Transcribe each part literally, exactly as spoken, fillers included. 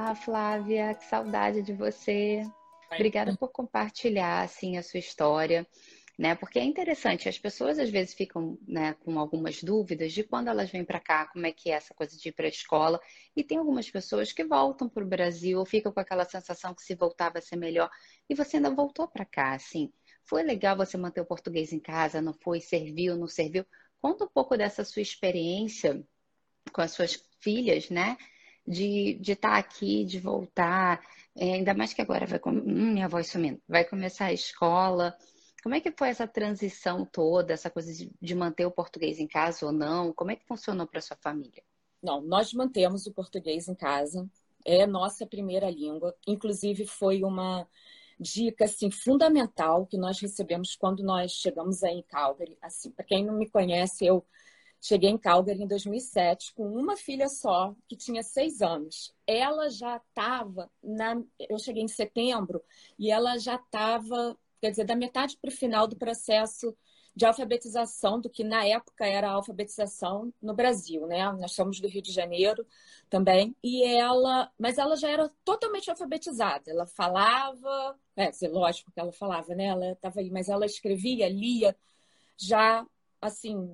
Olá, Flávia, que saudade de você. Obrigada por compartilhar assim a sua história, né? Porque é interessante, as pessoas às vezes ficam, né, com algumas dúvidas de quando elas vêm para cá, como é que é essa coisa de ir para a escola, e tem algumas pessoas que voltam para o Brasil ou ficam com aquela sensação que se voltar vai ser melhor, e você ainda voltou para cá, assim. Foi legal você manter o português em casa, não foi? Serviu, não serviu? Conta um pouco dessa sua experiência com as suas filhas, né? De de estar aqui, de voltar, eh, ainda mais que agora vai com hum, minha voz sumindo. Vai começar a escola. Como é que foi essa transição toda, essa coisa de de manter o português em casa ou não? Como é que funcionou para sua família? Não, nós mantemos o português em casa. É nossa primeira língua. Inclusive, foi uma dica assim, fundamental que nós recebemos quando nós chegamos aí em Calgary. Assim, para quem não me conhece, eu cheguei em Calgary em dois mil e sete com uma filha só, que tinha seis anos. Ela já estava na. Eu cheguei em setembro e ela já estava, quer dizer, da metade para o final do processo de alfabetização, do que na época era a alfabetização no Brasil, né? Nós somos do Rio de Janeiro também, e ela, mas ela já era totalmente alfabetizada. Ela falava, é, dizer, lógico que ela falava, né? Ela estava aí, mas ela escrevia, lia, já assim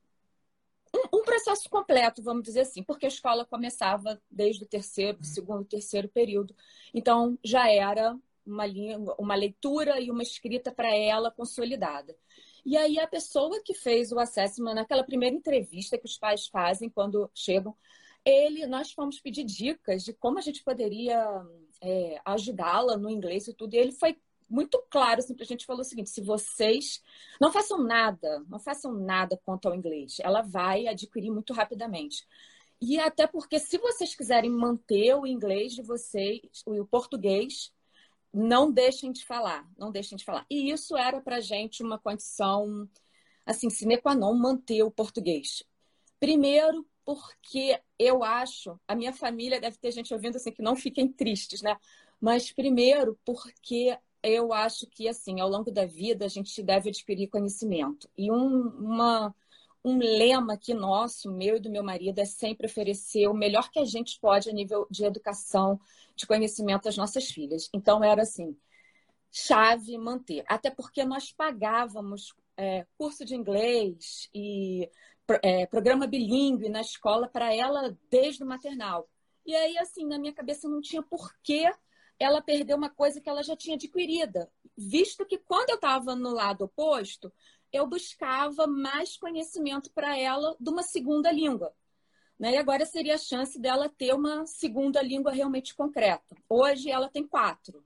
um processo completo, vamos dizer assim, porque a escola começava desde o terceiro, segundo, terceiro período. Então, já era uma língua, uma leitura e uma escrita para ela consolidada. E aí, a pessoa que fez o assessment, naquela primeira entrevista que os pais fazem quando chegam, ele, nós fomos pedir dicas de como a gente poderia é, ajudá-la no inglês e tudo. E ele foi muito claro, assim, a gente falou o seguinte: se vocês não façam nada, não façam nada quanto ao inglês, ela vai adquirir muito rapidamente. E até porque se vocês quiserem manter o inglês de vocês, o português, não deixem de falar, não deixem de falar. E isso era para a gente uma condição, assim, sine qua non, manter o português. Primeiro, porque eu acho, a minha família deve ter gente ouvindo assim, que não fiquem tristes, né? Mas primeiro, porque eu acho que, assim, ao longo da vida, a gente deve adquirir conhecimento. E um, uma, um lema aqui nosso, meu e do meu marido, é sempre oferecer o melhor que a gente pode a nível de educação, de conhecimento às nossas filhas. Então, era assim, chave manter. Até porque nós pagávamos é, curso de inglês e é, programa bilíngue na escola para ela desde o maternal. E aí, assim, na minha cabeça não tinha porquê ela perder uma coisa que ela já tinha adquirida, visto que quando eu estava no lado oposto, eu buscava mais conhecimento para ela de uma segunda língua. Né? E agora seria a chance dela ter uma segunda língua realmente concreta. Hoje ela tem quatro.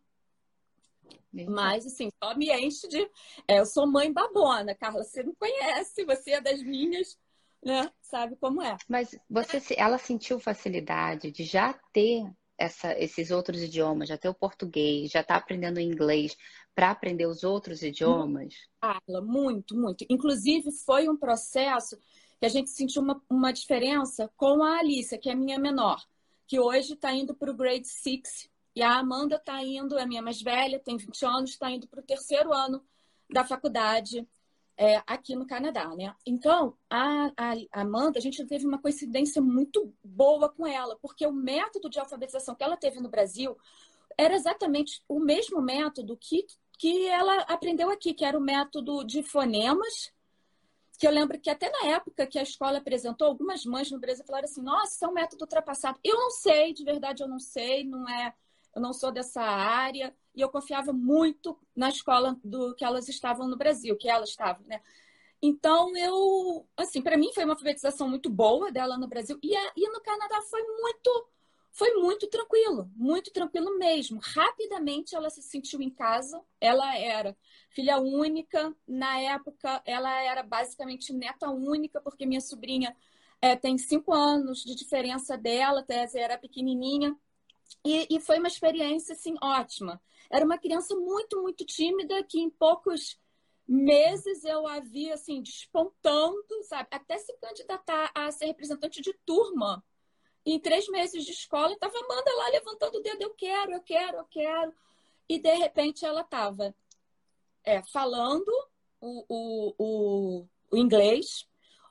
Eita. Mas, assim, só me enche de... É, eu sou mãe babona, Carla, você não conhece, você é das minhas, né? Sabe como é. Mas você, se- ela sentiu facilidade de já ter essa, esses outros idiomas, já ter o português, já estar aprendendo inglês para aprender os outros idiomas? Carla, muito, muito. Inclusive, foi um processo que a gente sentiu uma, uma diferença com a Alicia, que é a minha menor, que hoje está indo para o grade seis, e a Amanda está indo, é a minha mais velha, tem vinte anos, está indo para o terceiro ano da faculdade é, aqui no Canadá, né? Então, a, a Amanda, a gente teve uma coincidência muito boa com ela, porque o método de alfabetização que ela teve no Brasil era exatamente o mesmo método que, que ela aprendeu aqui, que era o método de fonemas, que eu lembro que até na época que a escola apresentou, algumas mães no Brasil falaram assim, nossa, isso é um método ultrapassado. Eu não sei, de verdade eu não sei, não é, eu não sou dessa área, e eu confiava muito na escola do que elas estavam no Brasil, que ela estava, né? Então, eu, assim, para mim foi uma alfabetização muito boa dela no Brasil, e, a, e no Canadá foi muito foi muito tranquilo, muito tranquilo mesmo. Rapidamente ela se sentiu em casa. Ela era filha única. Na época, ela era basicamente neta única, porque minha sobrinha é, tem cinco anos de diferença dela, até era pequenininha. E, e foi uma experiência, assim, ótima. Era uma criança muito, muito tímida, que em poucos meses eu a vi, assim, despontando, sabe? Até se candidatar a ser representante de turma em três meses de escola, estava a Amanda lá levantando o dedo, eu quero, eu quero, eu quero. E, de repente, ela estava é, falando o, o, o, o inglês,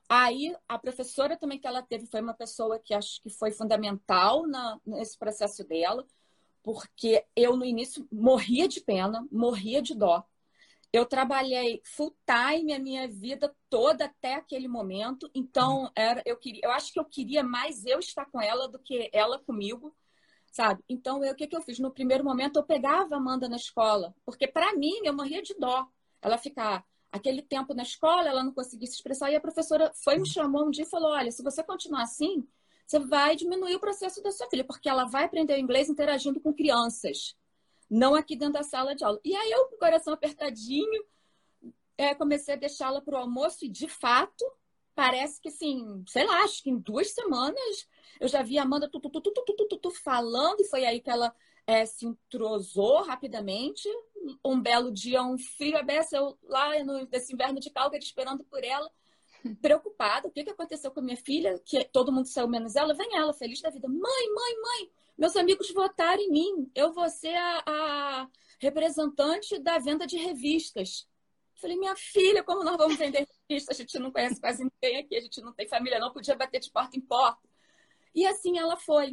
Aí, a professora também que ela teve foi uma pessoa que acho que foi fundamental na, nesse processo dela, porque eu, no início, morria de pena, morria de dó. Eu trabalhei full time a minha vida toda até aquele momento, então era, eu, queria, eu acho que eu queria mais eu estar com ela do que ela comigo, sabe? Então, eu, o que, que eu fiz? No primeiro momento, eu pegava a Amanda na escola, porque para mim, eu morria de dó. Ela ficar aquele tempo na escola, ela não conseguia se expressar, e a professora foi, me chamou um dia e falou, olha, se você continuar assim, você vai diminuir o processo da sua filha, porque ela vai aprender o inglês interagindo com crianças, não aqui dentro da sala de aula. E aí eu, com o coração apertadinho, é, comecei a deixá-la para o almoço e, de fato, parece que, assim, sei lá, acho que em duas semanas eu já vi a Amanda tu, tu, tu, tu, tu, tu, tu, tu, falando, e foi aí que ela é, se entrosou rapidamente. Um belo dia, um frio a beça, eu lá no, nesse inverno de Calgary, esperando por ela, preocupada. O que, que aconteceu com a minha filha? Que todo mundo saiu menos ela. Vem ela, feliz da vida. Mãe, mãe, mãe, meus amigos votaram em mim. Eu vou ser a, a representante da venda de revistas. Falei, minha filha, como nós vamos vender revista? A gente não conhece quase ninguém aqui, a gente não tem família, não podia bater de porta em porta. E assim ela foi,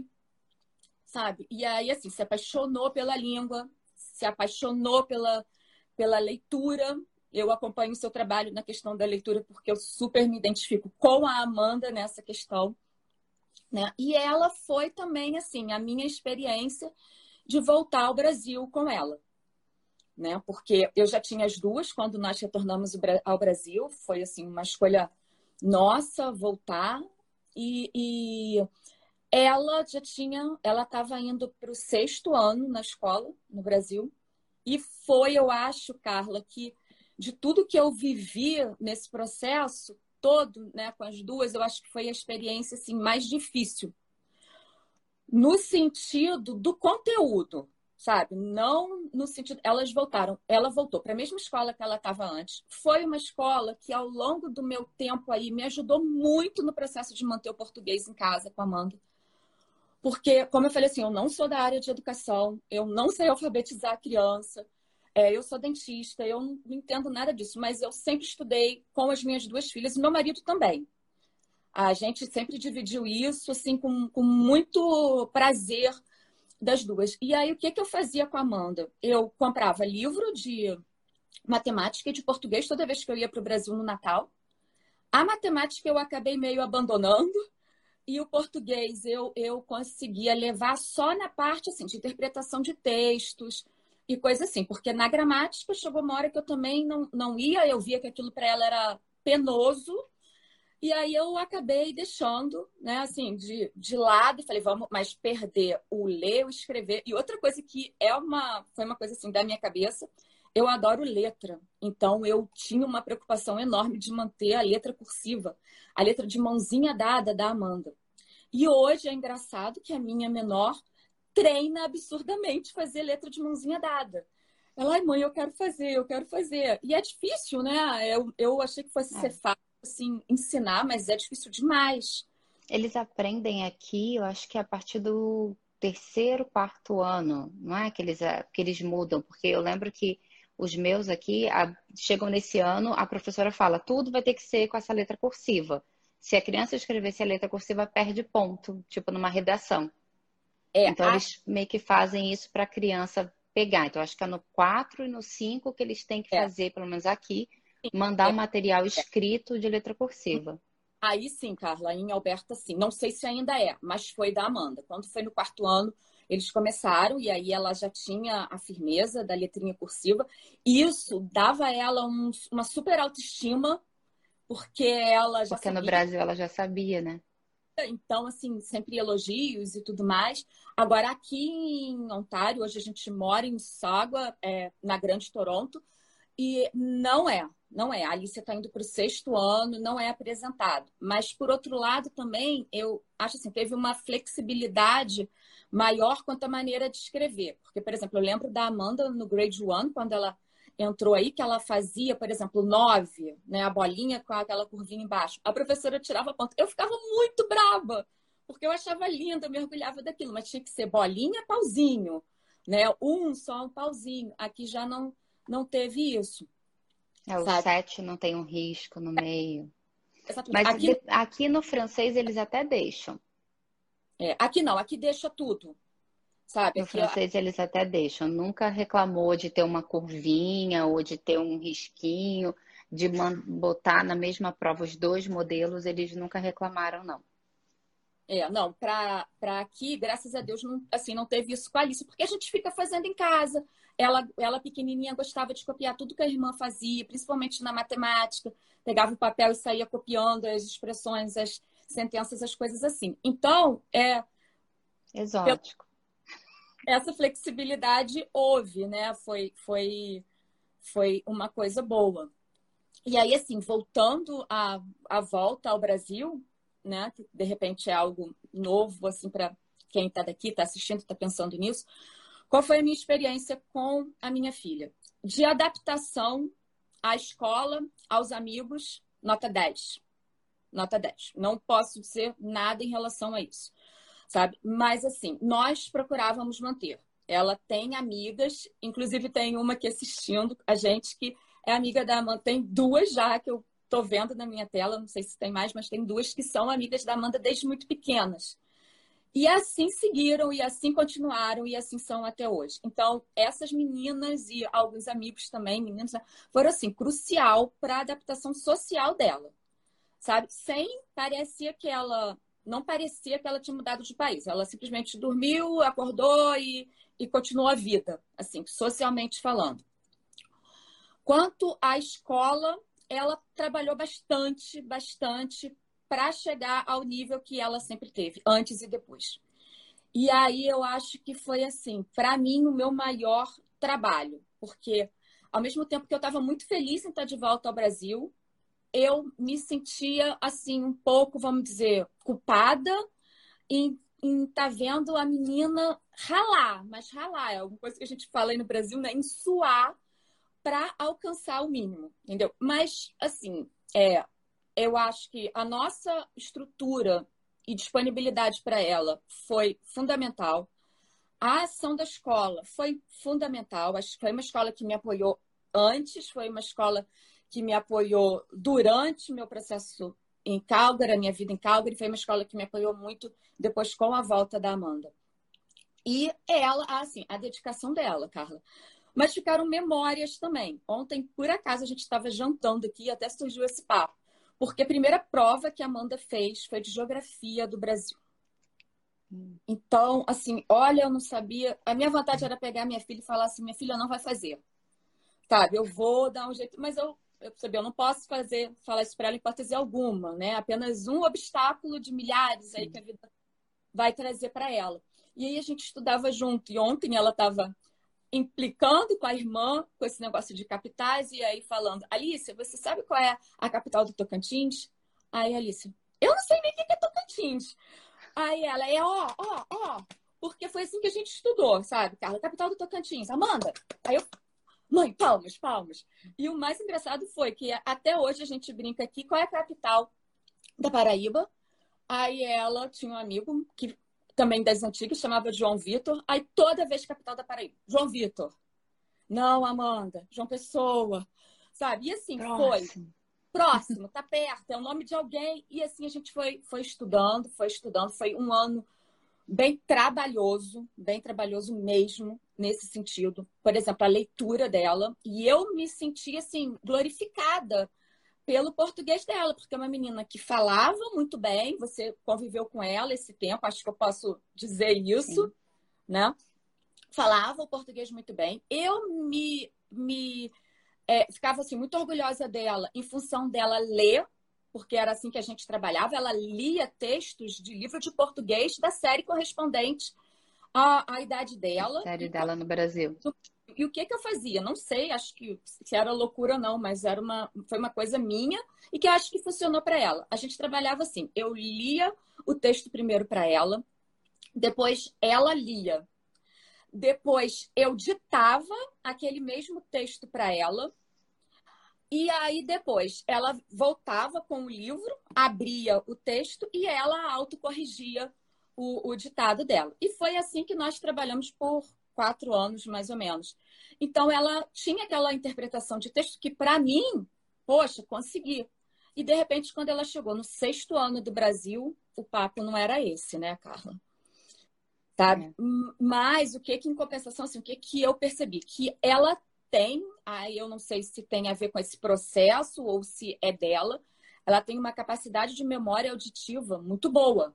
sabe? E aí, assim, se apaixonou pela língua, se apaixonou pela, pela leitura. Eu acompanho o seu trabalho na questão da leitura porque eu super me identifico com a Amanda nessa questão, né? E ela foi também, assim, a minha experiência de voltar ao Brasil com ela. Né? Porque eu já tinha as duas quando nós retornamos ao Brasil, foi assim uma escolha nossa voltar, e, e ela já tinha, ela estava indo para o sexto ano na escola no Brasil, e foi, eu acho, Carla, que de tudo que eu vivi nesse processo todo, né, com as duas, eu acho que foi a experiência assim mais difícil no sentido do conteúdo. Sabe? Não no sentido... Elas voltaram. Ela voltou para a mesma escola que ela estava antes. Foi uma escola que, ao longo do meu tempo aí, me ajudou muito no processo de manter o português em casa com a Amanda. Porque, como eu falei assim, eu não sou da área de educação, eu não sei alfabetizar a criança, é, eu sou dentista, eu não entendo nada disso, mas eu sempre estudei com as minhas duas filhas e meu marido também. A gente sempre dividiu isso, assim, com, com muito prazer das duas. E aí, o que, que eu fazia com a Amanda? Eu comprava livro de matemática e de português toda vez que eu ia para o Brasil no Natal. A matemática eu acabei meio abandonando, e o português eu, eu conseguia levar só na parte assim, de interpretação de textos e coisa assim, porque na gramática chegou uma hora que eu também não, não ia, eu via que aquilo para ela era penoso. E aí eu acabei deixando, né, assim, de, de lado, e falei, vamos, mas perder o ler, o escrever. E outra coisa que é uma, foi uma coisa assim da minha cabeça, eu adoro letra. Então eu tinha uma preocupação enorme de manter a letra cursiva, a letra de mãozinha dada da Amanda. E hoje é engraçado que a minha menor treina absurdamente fazer letra de mãozinha dada. Ela, ai, mãe, eu quero fazer, eu quero fazer. E é difícil, né? Eu, eu achei que fosse É. ser fácil, assim, ensinar, mas é difícil demais. Eles aprendem aqui, eu acho que a partir do terceiro, quarto ano, não é que eles, que eles mudam, porque eu lembro que os meus aqui a, chegam nesse ano, a professora fala, tudo vai ter que ser com essa letra cursiva. Se a criança escrevesse a letra cursiva, perde ponto, tipo numa redação. É, Então, a... eles meio que fazem isso para a criança pegar. Então, acho que é no quatro e no cinco que eles têm que é, fazer, pelo menos aqui, mandar é, um material é. escrito de letra cursiva. Aí sim, Carla, em Alberta, sim. Não sei se ainda é, mas foi da Amanda. Quando foi no quarto ano, eles começaram, e aí ela já tinha a firmeza da letrinha cursiva. E isso dava a ela um, uma super autoestima, porque ela já Porque no sabia. Brasil ela já sabia, né? Então, assim, sempre elogios e tudo mais. Agora, aqui em Ontário, hoje a gente mora em Mississauga, é, na Grande Toronto, e não é, não é. A Alicia está indo para o sexto ano, não é apresentado. Mas, por outro lado, também, eu acho assim, teve uma flexibilidade maior quanto à maneira de escrever. Porque, por exemplo, eu lembro da Amanda no Grade One, quando ela entrou aí, que ela fazia, por exemplo, nove, né, a bolinha com aquela curvinha embaixo. A professora tirava ponto. Eu ficava muito brava, porque eu achava linda, eu mergulhava daquilo, mas tinha que ser bolinha, pauzinho, né? Um só um pauzinho. Aqui já não, não teve isso, É, o sabe? sete não tem um risco no meio. Exatamente. Mas Aqui, de- aqui no francês eles até deixam. é, aqui não, aqui deixa tudo, sabe? No Aqui, francês eles até deixam. Nunca reclamou de ter uma curvinha ou de ter um risquinho, de man- botar na mesma prova os dois modelos, eles nunca reclamaram, não. é, não, para para aqui, graças a Deus, não, assim, não teve isso com a Alice, porque a gente fica fazendo em casa. Ela, ela pequenininha gostava de copiar tudo que a irmã fazia, principalmente na matemática. Pegava o papel e saía copiando as expressões, as sentenças, as coisas assim. Então, é, Exótico. essa flexibilidade houve, né? Foi, foi, foi uma coisa boa. E aí, assim, voltando à, à volta ao Brasil, né? Que de repente é algo novo, assim, para quem está daqui, está assistindo, está pensando nisso. Qual foi a minha experiência com a minha filha? De adaptação à escola, aos amigos, nota dez. Nota dez. Não posso dizer nada em relação a isso, sabe? Mas, assim, nós procurávamos manter. Ela tem amigas, inclusive tem uma que assistindo a gente que é amiga da Amanda. Tem duas já que eu tô vendo na minha tela, não sei se tem mais, mas tem duas que são amigas da Amanda desde muito pequenas. E assim seguiram, e assim continuaram, e assim são até hoje. Então, essas meninas e alguns amigos também, meninos, foram, assim, crucial para a adaptação social dela, sabe? Sem, parecia que ela, não parecia que ela tinha mudado de país. Ela simplesmente dormiu, acordou e, e continuou a vida, assim, socialmente falando. Quanto à escola, ela trabalhou bastante, bastante para chegar ao nível que ela sempre teve, antes e depois. E aí eu acho que foi assim, para mim, o meu maior trabalho, porque ao mesmo tempo que eu estava muito feliz em estar de volta ao Brasil, eu me sentia assim um pouco, vamos dizer, culpada em estar vendo a menina ralar, mas ralar é alguma coisa que a gente fala aí no Brasil, né? Em suar para alcançar o mínimo, entendeu? Mas assim, é, eu acho que a nossa estrutura e disponibilidade para ela foi fundamental. A ação da escola foi fundamental. Acho que foi uma escola que me apoiou antes, foi uma escola que me apoiou durante meu processo em Calgary, a minha vida em Calgary, foi uma escola que me apoiou muito depois com a volta da Amanda. E ela, assim, a dedicação dela, Carla. Mas ficaram memórias também. Ontem, por acaso, a gente estava jantando aqui e até surgiu esse papo. Porque a primeira prova que a Amanda fez foi de geografia do Brasil. Então, assim, olha, eu não sabia. A minha vontade era pegar minha filha e falar assim: minha filha não vai fazer. Sabe, eu vou dar um jeito. Mas eu, eu percebi, eu não posso fazer, falar isso para ela em hipótese alguma, né? Apenas um obstáculo de milhares aí que a vida vai trazer para ela. E aí a gente estudava junto. E ontem ela estava implicando com a irmã com esse negócio de capitais e aí falando: Alice, você sabe qual é a capital do Tocantins? Aí, Alice, eu não sei nem o que é Tocantins. Aí ela é ó, ó, ó, porque foi assim que a gente estudou, sabe, Carla? Capital do Tocantins, Amanda. Aí eu, mãe, palmas, palmas. E o mais engraçado foi que até hoje a gente brinca aqui qual é a capital da Paraíba. Aí ela tinha um amigo que também das antigas, chamava João Vitor. Aí toda vez capital da Paraíba, João Vitor. Não, Amanda, João Pessoa, sabe? E assim foi. Próximo. Próximo, tá perto, é o nome de alguém. E assim a gente foi, foi estudando, foi estudando. Foi um ano bem trabalhoso, bem trabalhoso mesmo nesse sentido. Por exemplo, a leitura dela. E eu me senti assim, glorificada pelo português dela, porque é uma menina que falava muito bem, você conviveu com ela esse tempo, acho que eu posso dizer isso, Sim. né? Falava o português muito bem. Eu me, me é, ficava assim, muito orgulhosa dela em função dela ler, porque era assim que a gente trabalhava. Ela lia textos de livro de português da série correspondente à, à idade A dela. série E, dela no Brasil. e o que, que eu fazia? Não sei, acho que se era loucura ou não, mas era uma, foi uma coisa minha e que eu acho que funcionou para ela. A gente trabalhava assim: eu lia o texto primeiro para ela, depois ela lia. Depois eu ditava aquele mesmo texto para ela. E aí depois ela voltava com o livro, abria o texto e ela autocorrigia o, o ditado dela. E foi assim que nós trabalhamos por quatro anos, mais ou menos. Então ela tinha aquela interpretação de texto que, para mim, poxa, consegui. E, de repente, quando ela chegou no sexto ano do Brasil, o papo não era esse, né, Carla? Sabe? É. Mas o que que, em compensação, assim, o que que eu percebi? Que ela tem, aí eu não sei se tem a ver com esse processo ou se é dela, ela tem uma capacidade de memória auditiva muito boa.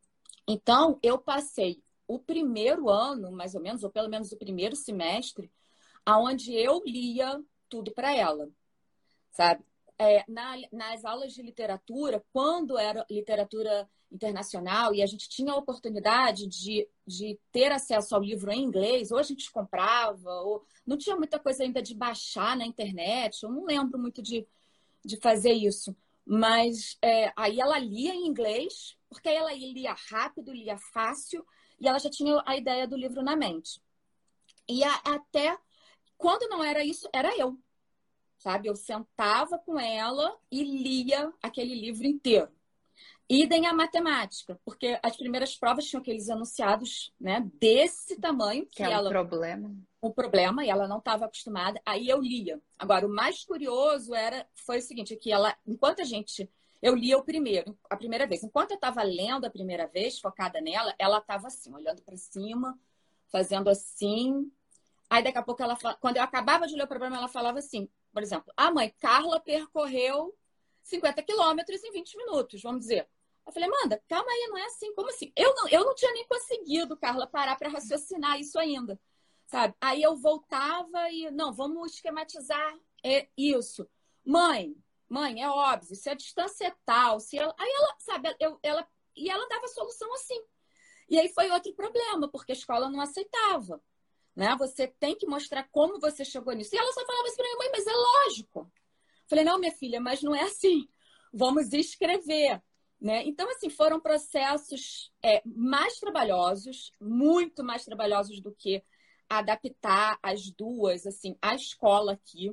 Então, eu passei o primeiro ano, mais ou menos, ou pelo menos o primeiro semestre, aonde eu lia tudo para ela, sabe? É, na, nas aulas de literatura, quando era literatura internacional e a gente tinha a oportunidade de, de ter acesso ao livro em inglês, ou a gente comprava, ou não tinha muita coisa ainda de baixar na internet, eu não lembro muito de, de fazer isso. Mas é, aí ela lia em inglês, porque aí ela lia rápido, lia fácil, e ela já tinha a ideia do livro na mente. E a, até quando não era isso, era eu. Sabe? Eu sentava com ela e lia aquele livro inteiro. Idem a matemática, porque as primeiras provas tinham aqueles enunciados, né, desse tamanho. Que, que é um ela, problema. Um problema, e ela não estava acostumada. Aí eu lia. Agora, o mais curioso era, foi o seguinte, que ela, enquanto a gente... Eu lia o primeiro, a primeira vez. Enquanto eu estava lendo a primeira vez, focada nela, ela estava assim, olhando para cima, fazendo assim. Aí, daqui a pouco, ela quando eu acabava de ler o problema, ela falava assim, por exemplo, a mãe, Carla percorreu cinquenta quilômetros em vinte minutos, vamos dizer. Eu falei, Amanda, calma aí, não é assim. Como assim? Eu não, eu não tinha nem conseguido, Carla, parar para raciocinar isso ainda, sabe? Aí eu voltava e, não, vamos esquematizar isso. Mãe, mãe, é óbvio, se a distância é tal, se ela... Aí ela, sabe, eu, ela... E ela dava solução assim. E aí foi outro problema, porque a escola não aceitava. Né? Você tem que mostrar como você chegou nisso. E ela só falava assim para minha mãe, mas é lógico. Falei, não, minha filha, mas não é assim. Vamos escrever. Né? Então, assim, foram processos é, mais trabalhosos, muito mais trabalhosos do que adaptar as duas, assim, a escola aqui,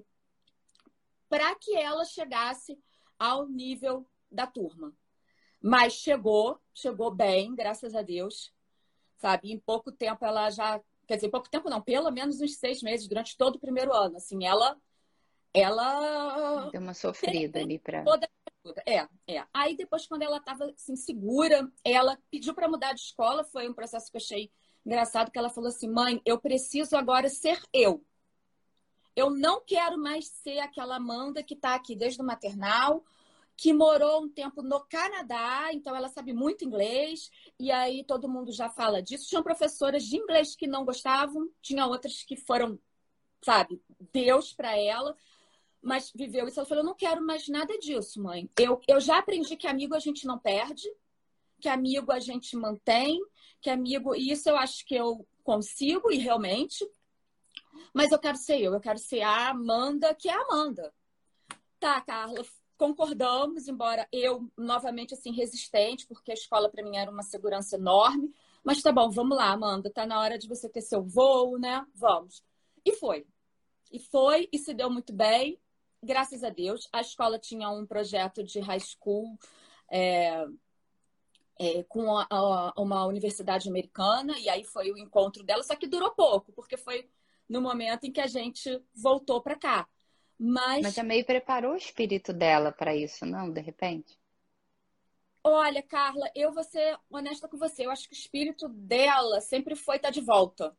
para que ela chegasse ao nível da turma. Mas chegou, chegou bem, graças a Deus, sabe? Em pouco tempo ela já... Quer dizer, pouco tempo não, pelo menos uns seis meses, durante todo o primeiro ano. Assim, ela... ela deu uma sofrida ali para... Toda... É, é. Aí depois, quando ela estava assim, segura, ela pediu para mudar de escola. Foi um processo que eu achei engraçado, que ela falou assim, mãe, eu preciso agora ser eu. Eu não quero mais ser aquela Amanda que está aqui desde o maternal, que morou um tempo no Canadá, então ela sabe muito inglês, e aí todo mundo já fala disso. Tinham professoras de inglês que não gostavam, tinha outras que foram, sabe, Deus para ela, mas viveu isso. Ela falou, eu não quero mais nada disso, mãe. Eu, eu já aprendi que amigo a gente não perde, que amigo a gente mantém, que amigo... E isso eu acho que eu consigo, e realmente, mas eu quero ser eu, eu quero ser a Amanda, que é a Amanda. Tá, Carla, concordamos, embora eu, novamente, assim, resistente, porque a escola para mim era uma segurança enorme. Mas tá bom, vamos lá, Amanda, tá na hora de você ter seu voo, né? Vamos. E foi. E foi, e se deu muito bem, graças a Deus. A escola tinha um projeto de high school é, é, com a, a, uma universidade americana, e aí foi o encontro dela, só que durou pouco, porque foi no momento em que a gente voltou para cá. Mas... Mas a May preparou o espírito dela para isso, não? De repente? Olha, Carla, eu vou ser honesta com você. Eu acho que o espírito dela sempre foi estar de volta.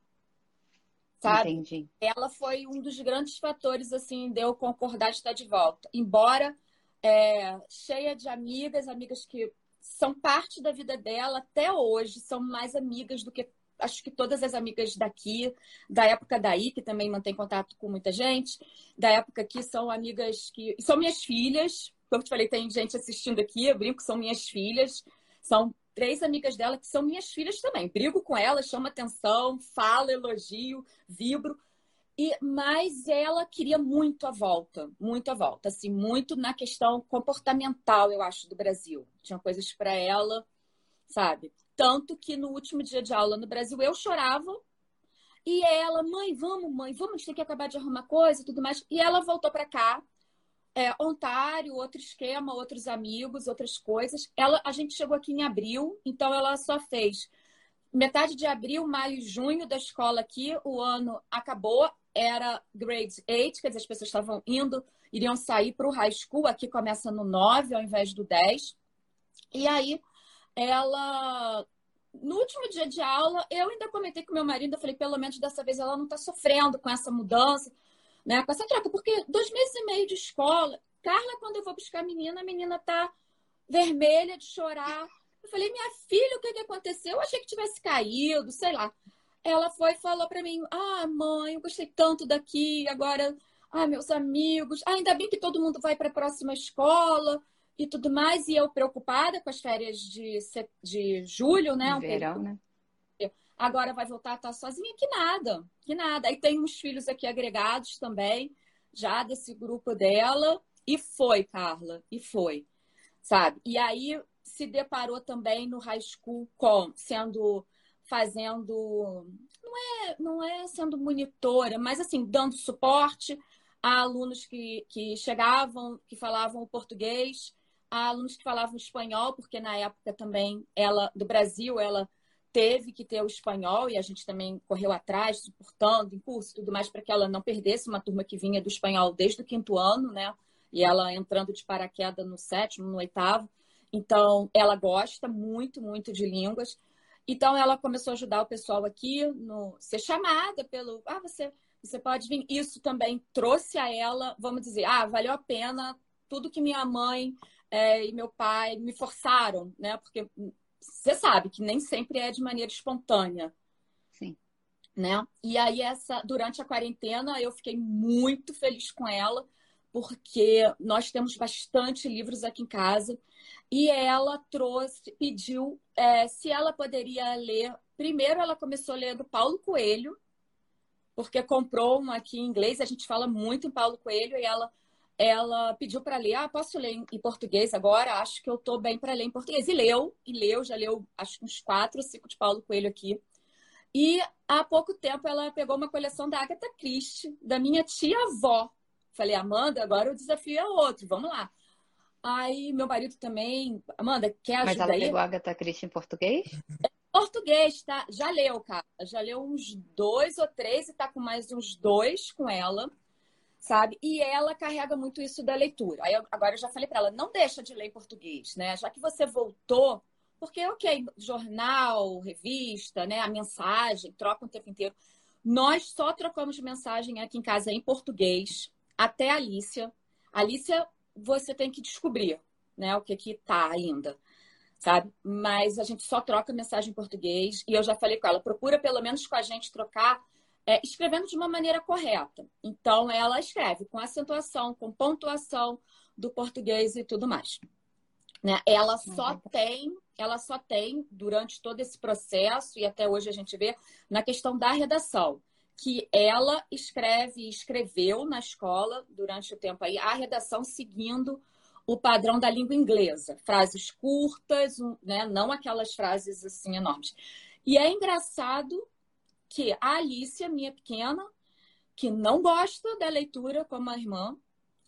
Sabe? Entendi. Ela foi um dos grandes fatores, assim, de eu concordar de estar de volta. Embora é, cheia de amigas, amigas que são parte da vida dela até hoje, são mais amigas do que... Acho que todas as amigas daqui, da época daí, que também mantém contato com muita gente, da época aqui, são amigas que... São minhas filhas. Como eu te falei, tem gente assistindo aqui, eu brinco que são minhas filhas. São três amigas dela que são minhas filhas também. Brigo com elas, chamo atenção, falo, elogio, vibro. E, mas ela queria muito a volta, muito a volta. Assim, muito na questão comportamental, eu acho, do Brasil. Tinha coisas para ela, sabe? Tanto que no último dia de aula no Brasil eu chorava e ela, mãe, vamos, mãe, vamos, a gente tem que acabar de arrumar coisa e tudo mais. E ela voltou para cá, é, Ontário, outro esquema, outros amigos, outras coisas. Ela, a gente chegou aqui em abril, então ela só fez metade de abril, maio, junho da escola aqui, o ano acabou, era grade oito, quer dizer, as pessoas estavam indo iriam sair para o high school, aqui começa no nove ao invés do dez. E aí, ela, no último dia de aula, eu ainda comentei com meu marido, eu falei, pelo menos dessa vez ela não está sofrendo com essa mudança, né, com essa troca, porque dois meses e meio de escola, Carla, quando eu vou buscar a menina, a menina tá vermelha de chorar. Eu falei, minha filha, o que que aconteceu? Eu achei que tivesse caído, sei lá. Ela foi e falou para mim, ah, mãe, eu gostei tanto daqui, agora, ah, meus amigos, ah, ainda bem que todo mundo vai para a próxima escola e tudo mais, e eu preocupada com as férias de, de julho, né? De Um verão, período. né? Agora vai voltar a estar sozinha? Que nada, que nada. Aí tem uns filhos aqui agregados também, já desse grupo dela, e foi, Carla, e foi, sabe? E aí se deparou também no high school com sendo fazendo não é não é sendo monitora, mas assim dando suporte a alunos que, que chegavam, que falavam o português, a alunos que falavam espanhol, porque na época também ela do Brasil ela teve que ter o espanhol e a gente também correu atrás, suportando em curso e tudo mais para que ela não perdesse uma turma que vinha do espanhol desde o quinto ano, né? E ela entrando de paraquedas no sétimo, no oitavo. Então, ela gosta muito, muito de línguas. Então, ela começou a ajudar o pessoal aqui, no ser chamada pelo... Ah, você, você pode vir. Isso também trouxe a ela, vamos dizer, ah, valeu a pena tudo que minha mãe é, e meu pai me forçaram, né? Porque você sabe que nem sempre é de maneira espontânea. Sim. Né? E aí, essa, durante a quarentena, eu fiquei muito feliz com ela, porque nós temos bastante livros aqui em casa. E ela trouxe, pediu é, se ela poderia ler. Primeiro, ela começou lendo Paulo Coelho, porque comprou um aqui em inglês. A gente fala muito em Paulo Coelho. E ela, ela pediu para ler. Ah, posso ler em português agora? Acho que eu estou bem para ler em português. E leu, e leu, já leu acho que uns quatro ou cinco de Paulo Coelho aqui. E há pouco tempo ela pegou uma coleção da Agatha Christie, da minha tia-avó. Falei, Amanda, agora o desafio é outro, vamos lá. Aí meu marido também, Amanda, quer Mas ajuda ela aí? pegou a Agatha Christie em português? Português, tá? Já leu, cara. Já leu uns dois ou três e tá com mais uns dois com ela, sabe? E ela carrega muito isso da leitura. Aí eu, agora eu já falei para ela, não deixa de ler em português, né? Já que você voltou, porque, ok, jornal, revista, né? A mensagem, troca o tempo inteiro. Nós só trocamos mensagem aqui em casa em português, até a Alicia. Alicia, você tem que descobrir, né? O que que tá ainda, sabe? Mas a gente só troca mensagem em português. E eu já falei com ela, procura pelo menos com a gente trocar é, escrevendo de uma maneira correta. Então, ela escreve com acentuação, com pontuação do português e tudo mais. Né? Ela só Uhum. tem, ela só tem, durante todo esse processo, e até hoje a gente vê, na questão da redação, que ela escreve e escreveu na escola, durante o tempo aí, a redação seguindo o padrão da língua inglesa. Frases curtas, né? Não aquelas frases assim enormes. E é engraçado que a Alicia, minha pequena, que não gosta da leitura como a irmã,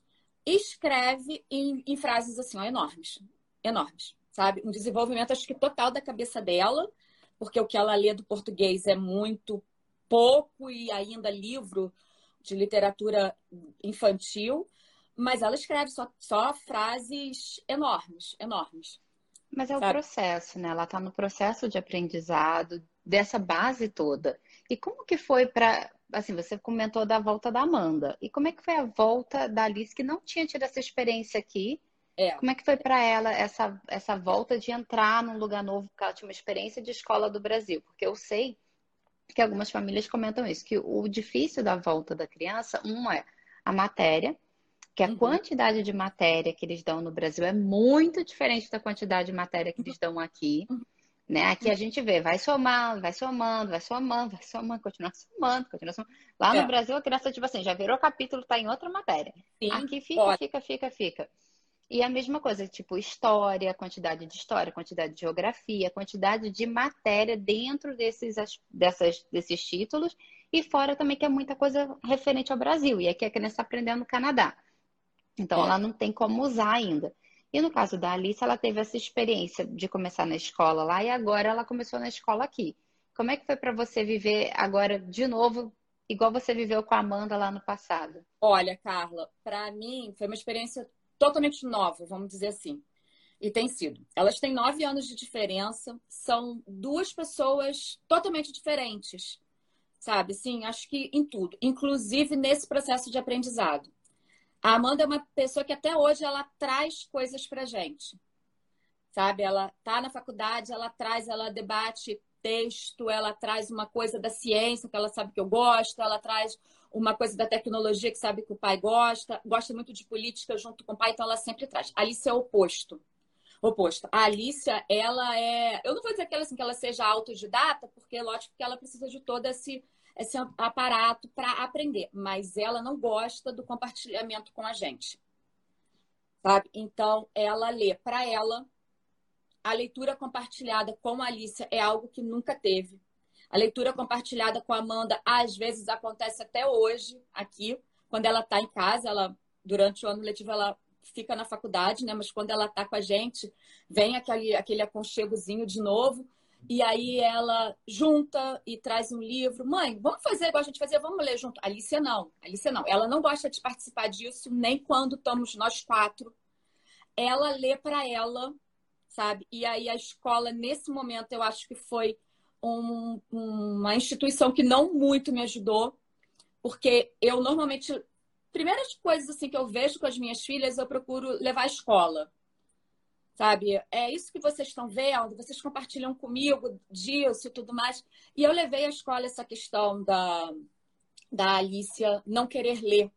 escreve em, em frases assim, ó, enormes. Enormes, sabe? Um desenvolvimento, acho que total da cabeça dela, porque o que ela lê do português é muito pouco e ainda livro de literatura infantil, mas ela escreve só, só frases enormes, enormes. Mas é o Sabe? processo, né? Ela está no processo de aprendizado dessa base toda. E como que foi para, assim, você comentou da volta da Amanda. E como é que foi a volta da Alice que não tinha tido essa experiência aqui? É, Como é que foi para ela essa essa volta de entrar num lugar novo, porque ela tinha uma experiência de escola do Brasil? Porque eu sei que algumas famílias comentam isso, que o difícil da volta da criança, um é a matéria, que a uhum, quantidade de matéria que eles dão no Brasil é muito diferente da quantidade de matéria que eles dão aqui, uhum, né? Aqui a gente vê, vai somando, vai somando, vai somando, vai somando, continua somando, continua somando. Lá no é, Brasil, a criança, tipo assim, já virou capítulo, tá em outra matéria. sim, Aqui fica, pode, fica, fica, fica. E a mesma coisa, tipo, história, quantidade de história, quantidade de geografia, quantidade de matéria dentro desses, dessas, desses títulos, e fora também que é muita coisa referente ao Brasil. E aqui a criança está aprendendo no Canadá. Então, é. ela não tem como usar ainda. E no caso da Alice, ela teve essa experiência de começar na escola lá e agora ela começou na escola aqui. Como é que foi para você viver agora de novo igual você viveu com a Amanda lá no passado? Olha, Carla, para mim foi uma experiência totalmente nova, vamos dizer assim. E tem sido. Elas têm nove anos de diferença, são duas pessoas totalmente diferentes, sabe? Sim, acho que em tudo, inclusive nesse processo de aprendizado. A Amanda é uma pessoa que até hoje ela traz coisas pra gente, sabe? Ela tá na faculdade, ela traz, ela debate texto, ela traz uma coisa da ciência que ela sabe que eu gosto, ela traz uma coisa da tecnologia que sabe que o pai gosta, gosta muito de política junto com o pai, então ela sempre traz. A Alice é o oposto. Oposto. A Alicia, ela é... Eu não vou dizer que ela, assim, que ela seja autodidata, porque, lógico, que ela precisa de todo esse, esse aparato para aprender. Mas ela não gosta do compartilhamento com a gente, sabe? Então, ela lê para ela. A leitura compartilhada com a Alicia é algo que nunca teve. A leitura compartilhada com a Amanda, às vezes, acontece até hoje, aqui. Quando ela está em casa, ela, durante o ano letivo, ela fica na faculdade, né? Mas quando ela está com a gente, vem aquele, aquele aconchegozinho de novo. E aí ela junta e traz um livro. Mãe, vamos fazer igual a gente fazia, vamos ler junto. Alicia não, Alicia não. Ela não gosta de participar disso, nem quando estamos nós quatro. Ela lê para ela, sabe? E aí a escola, nesse momento, eu acho que foi um, uma instituição que não muito me ajudou, porque eu normalmente... Primeiras coisas assim que eu vejo com as minhas filhas, eu procuro levar à escola, sabe? É isso que vocês estão vendo, vocês compartilham comigo disso e tudo mais. E eu levei à escola essa questão da, da Alicia não querer ler,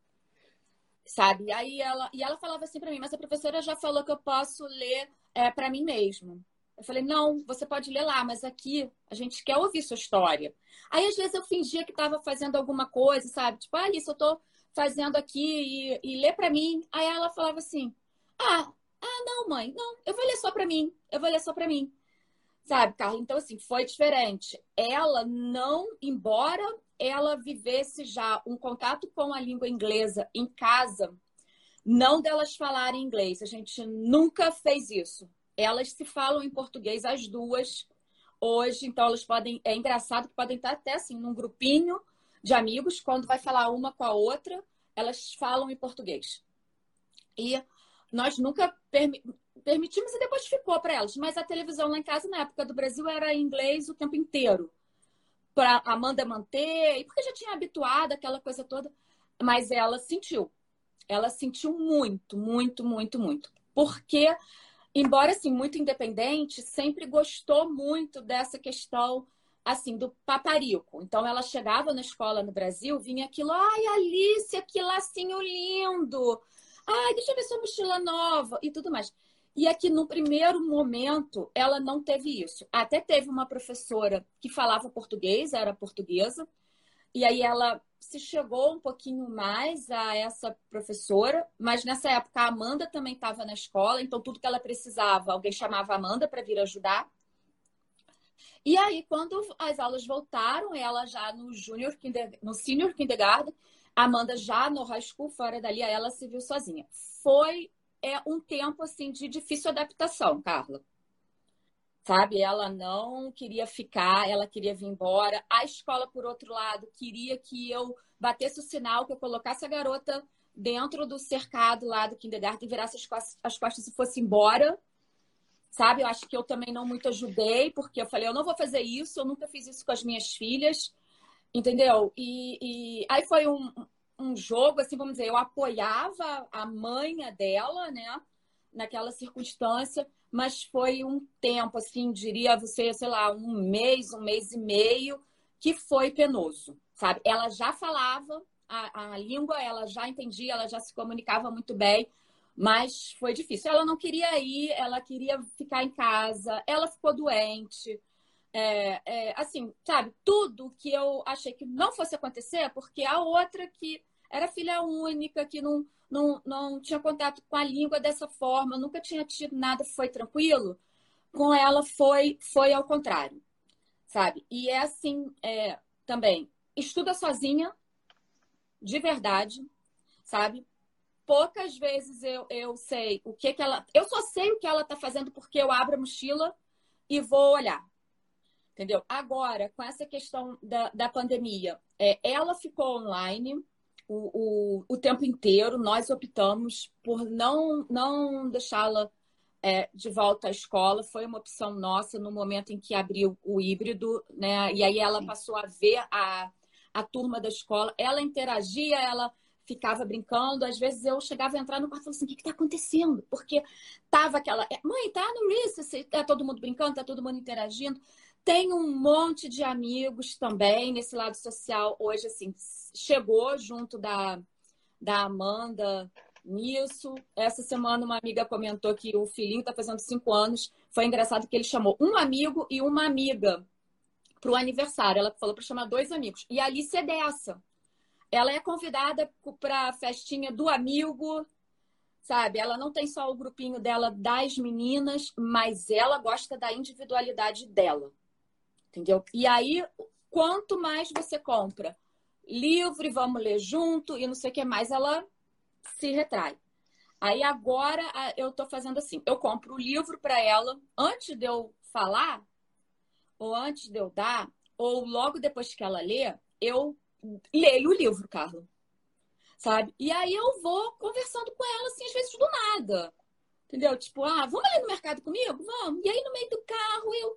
sabe? E aí ela, e ela falava assim para mim, mas a professora já falou que eu posso ler é, para mim mesmo. Eu falei, não, você pode ler lá, mas aqui a gente quer ouvir sua história. Aí, às vezes, eu fingia que estava fazendo alguma coisa, sabe? Tipo, ah, Alice, eu tô fazendo aqui e, e lê para mim. Aí ela falava assim, ah, ah, não, mãe, não, eu vou ler só para mim, eu vou ler só para mim. Sabe, Carla? Então, assim, foi diferente. Ela não, embora ela vivesse já um contato com a língua inglesa em casa, não delas falarem inglês. A gente nunca fez isso. Elas se falam em português, as duas, hoje. Então, elas podem... É engraçado que podem estar até, assim, num grupinho de amigos. Quando vai falar uma com a outra, elas falam em português. E nós nunca permi... permitimos e depois ficou para elas. Mas a televisão lá em casa, na época do Brasil, era em inglês o tempo inteiro. Para a Amanda manter, e porque já tinha habituado aquela coisa toda. Mas ela sentiu. Ela sentiu muito, muito, muito, muito. Porque... Embora, assim, muito independente, sempre gostou muito dessa questão, assim, do paparico. Então, ela chegava na escola no Brasil, vinha aquilo, ai, Alice, que lacinho lindo! Ai, deixa eu ver sua mochila nova e tudo mais. E aqui, no primeiro momento, ela não teve isso. Até teve uma professora que falava português, era portuguesa, e aí ela se chegou um pouquinho mais a essa professora, mas nessa época a Amanda também estava na escola, então tudo que ela precisava, alguém chamava a Amanda para vir ajudar. E aí, quando as aulas voltaram, ela já no junior, no senior kindergarten, a Amanda já no high school, fora dali, ela se viu sozinha. Foi é, um tempo assim de difícil adaptação, Carla. Sabe? Ela não queria ficar, ela queria vir embora. A escola, por outro lado, queria que eu batesse o sinal, que eu colocasse a garota dentro do cercado lá do kindergarten, virasse as costas, as costas e fosse embora. Sabe? Eu acho que eu também não muito ajudei, porque eu falei, eu não vou fazer isso, eu nunca fiz isso com as minhas filhas, entendeu? E, e... aí foi um, um jogo, assim, vamos dizer, eu apoiava a mãe dela, né? Naquela circunstância, mas foi um tempo, assim, diria você, sei lá, um mês, um mês e meio, que foi penoso, sabe? Ela já falava a, a língua, ela já entendia, ela já se comunicava muito bem, mas foi difícil. Ela não queria ir, ela queria ficar em casa, ela ficou doente, é, é, assim, sabe? Tudo que eu achei que não fosse acontecer, porque a outra que era filha única, que não Não, não tinha contato com a língua dessa forma, nunca tinha tido nada, foi tranquilo. Com ela foi, foi ao contrário, sabe? E é assim, é, também, estuda sozinha, de verdade, sabe? Poucas vezes eu, eu sei o que, que ela... Eu só sei o que ela tá fazendo porque eu abro a mochila e vou olhar. Entendeu? Agora, com essa questão da, da pandemia, é, ela ficou online o, o, o tempo inteiro. Nós optamos por não, não deixá-la é, de volta à escola. Foi uma opção nossa no momento em que abriu o híbrido, né? E aí ela passou a ver a, a turma da escola. Ela interagia, ela ficava brincando. Às vezes eu chegava a entrar no quarto e falava assim, o que está acontecendo? Porque tava aquela... Mãe, tá no Recess, tá todo mundo brincando, tá todo mundo interagindo. Tem um monte de amigos também nesse lado social. Hoje, assim, chegou junto da, da Amanda nisso. Essa semana uma amiga comentou que o filhinho tá fazendo cinco anos. Foi engraçado que ele chamou um amigo e uma amiga pro aniversário. Ela falou para chamar dois amigos. E a Alice é dessa. Ela é convidada para a festinha do amigo, sabe? Ela não tem só o grupinho dela das meninas, mas ela gosta da individualidade dela. Entendeu? E aí, quanto mais você compra livro e vamos ler junto e não sei o que mais, ela se retrai. Aí agora eu tô fazendo assim, eu compro o livro para ela antes de eu falar, ou antes de eu dar, ou logo depois que ela lê, eu leio o livro, Carla. Sabe? E aí eu vou conversando com ela, assim, às vezes do nada. Entendeu? Tipo, ah, vamos ali no mercado comigo? Vamos. E aí no meio do carro eu...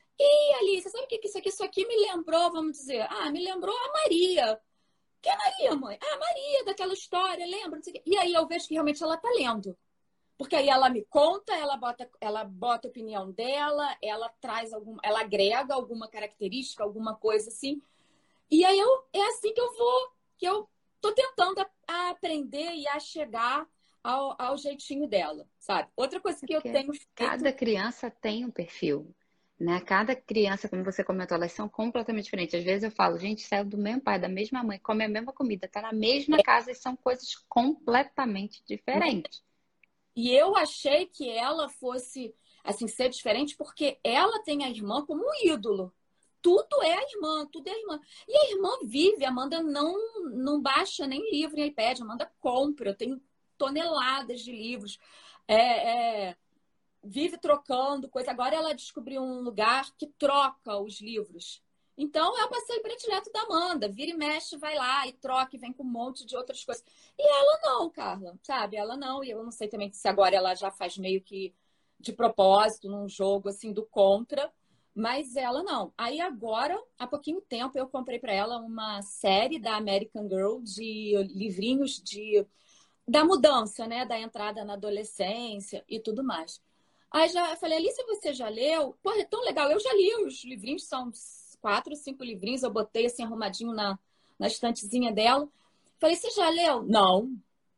E Alice, sabe o que isso aqui? Isso aqui me lembrou, vamos dizer, ah, me lembrou a Maria. Que é a Maria, mãe? Ah, a Maria, daquela história, lembra? E aí eu vejo que realmente ela tá lendo. Porque aí ela me conta, ela bota, ela bota a opinião dela, ela traz alguma, ela agrega alguma característica, alguma coisa assim. E aí eu, é assim que eu vou, que eu tô tentando a, a aprender e a chegar ao, ao jeitinho dela, sabe? Outra coisa que eu Porque tenho feito... cada criança tem um perfil. Né? Cada criança, como você comentou, elas são completamente diferentes. Às vezes eu falo, gente, saiu do mesmo pai, da mesma mãe, come a mesma comida, tá na mesma casa e são coisas completamente diferentes. E eu achei que ela fosse, assim, ser diferente porque ela tem a irmã como um ídolo. Tudo é a irmã, tudo é a irmã. E a irmã vive, a Amanda não, não baixa nem livro em iPad, a Amanda compra. Eu tenho toneladas de livros. É... é... vive trocando coisa. Agora ela descobriu um lugar que troca os livros. Então é o passeio predileto da Amanda. Vira e mexe, vai lá e troca e vem com um monte de outras coisas. E ela não, Carla, sabe? Ela não. E eu não sei também se agora ela já faz meio que de propósito, num jogo assim do contra. Mas ela não. Aí agora, há pouquinho tempo, eu comprei para ela uma série da American Girl de livrinhos de da mudança, né? Da entrada na adolescência e tudo mais. Aí já eu falei, Alice, você já leu? Pô, é tão legal. Eu já li os livrinhos, são quatro, cinco livrinhos. Eu botei assim arrumadinho na, na estantezinha dela. Falei, você já leu? Não,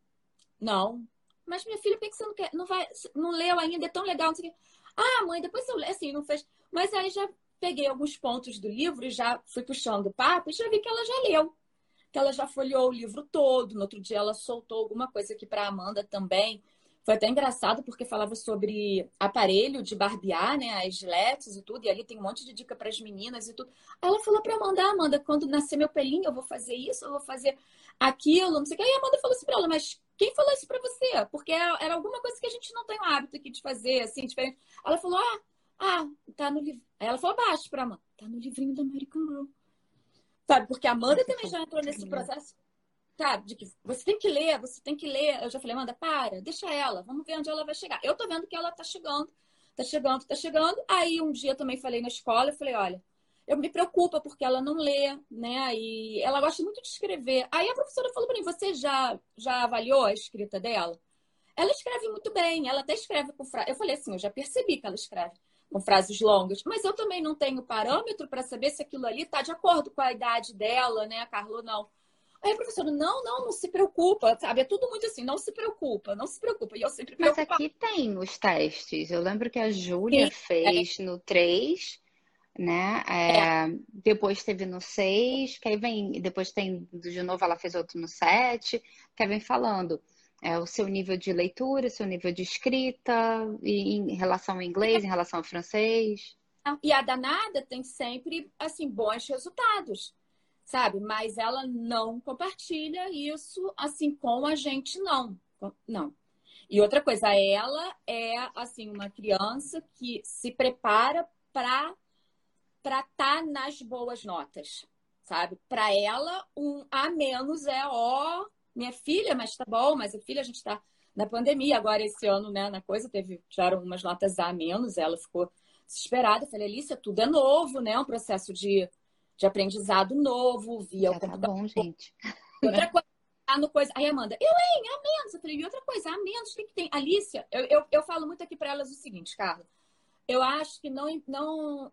não. Mas minha filha, por que você não quer? Não vai, não leu ainda? É tão legal. Não sei o quê. Ah, mãe, depois eu leio. Assim, não fez. Mas aí já peguei alguns pontos do livro e já fui puxando o papo e já vi que ela já leu. Que ela já folheou o livro todo. No outro dia ela soltou alguma coisa aqui para Amanda também. Foi até engraçado porque falava sobre aparelho de barbear, né? As giletes e tudo. E ali tem um monte de dica para as meninas e tudo. Aí ela falou para Amanda, ah, Amanda, quando nascer meu pelinho, eu vou fazer isso, eu vou fazer aquilo, não sei o que. Aí a Amanda falou assim para ela, mas quem falou isso para você? Porque era alguma coisa que a gente não tem o hábito aqui de fazer, assim, diferente. Ela falou, ah, ah, tá no livro. Aí ela falou baixo para Amanda, tá no livrinho da American Girl. Sabe? Porque a Amanda também já entrou nesse processo. Sabe, de que você tem que ler, você tem que ler. Eu já falei, Amanda, para, deixa ela, vamos ver onde ela vai chegar. Eu tô vendo que ela tá chegando, tá chegando, tá chegando. Aí um dia eu também falei na escola, eu falei, olha, eu me preocupa porque ela não lê, né? E ela gosta muito de escrever. Aí a professora falou para mim, você já, já avaliou a escrita dela? Ela escreve muito bem, ela até escreve com frases. Eu falei assim, eu já percebi que ela escreve com frases longas, mas eu também não tenho parâmetro para saber se aquilo ali tá de acordo com a idade dela, né, Carla, não. Aí a professora, não, não, não se preocupa, sabe? É tudo muito assim, não se preocupa, não se preocupa. E eu sempre Mas preocupada. aqui tem os testes. Eu lembro que a Júlia Sim, fez no três, né? é, é. É, depois teve no seis, que aí vem, depois tem de novo, ela fez outro no sete, que aí vem falando é, o seu nível de leitura, seu nível de escrita, e em relação ao inglês, em relação ao francês. E a danada tem sempre, assim, bons resultados, sabe? Mas ela não compartilha isso, assim, com a gente, não. Não. E outra coisa, ela é, assim, uma criança que se prepara para para estar nas boas notas, sabe? Para ela, um A menos é, ó, minha filha, mas tá bom, mas a filha, a gente está na pandemia agora esse ano, né, na coisa, teve, tiveram umas notas A menos, ela ficou desesperada. Eu falei, Alicia, tudo é novo, né? Um processo de, de aprendizado novo, via o Já tá computador. bom, gente. Outra coisa, tá no coisa. Aí, Amanda, eu, hein, A menos. Eu falei, e outra coisa, A menos, o que, que tem? Alicia, eu, eu, eu falo muito aqui para elas o seguinte, Carla. Eu acho que não, não,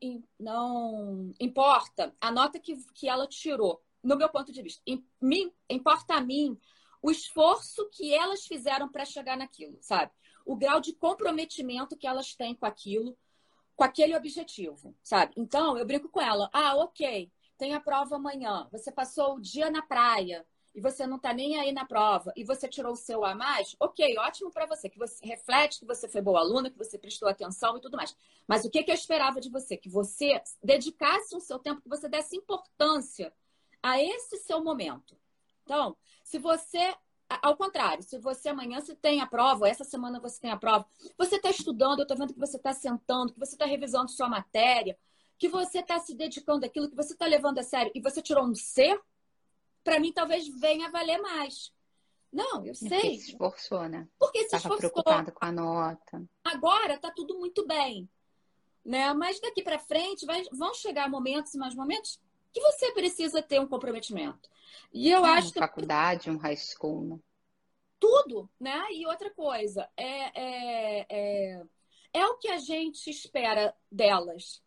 não importa a nota que, que ela tirou, no meu ponto de vista. Me, importa a mim o esforço que elas fizeram para chegar naquilo, sabe? O grau de comprometimento que elas têm com aquilo, com aquele objetivo, sabe? Então, eu brinco com ela. Ah, ok, tem a prova amanhã. Você passou o dia na praia e você não está nem aí na prova e você tirou o seu a mais, ok, ótimo para você, que você reflete que você foi boa aluna, que você prestou atenção e tudo mais. Mas o que, que eu esperava de você? Que você dedicasse o seu tempo, que você desse importância a esse seu momento. Então, se você, ao contrário, se você amanhã você tem a prova, essa semana você tem a prova, você está estudando, eu estou vendo que você está sentando, que você está revisando sua matéria, que você está se dedicando àquilo, que você está levando a sério e você tirou um C, para mim talvez venha a valer mais. Não, eu sei. Porque se esforçou, né? Porque se Estava esforçou. preocupada com a nota. Agora tá tudo muito bem, né? Mas daqui para frente vai, vão chegar momentos e mais momentos que você precisa ter um comprometimento. E eu É, acho uma que faculdade, um high school, né? tudo, né? E outra coisa, é, é, é, é o que a gente espera delas,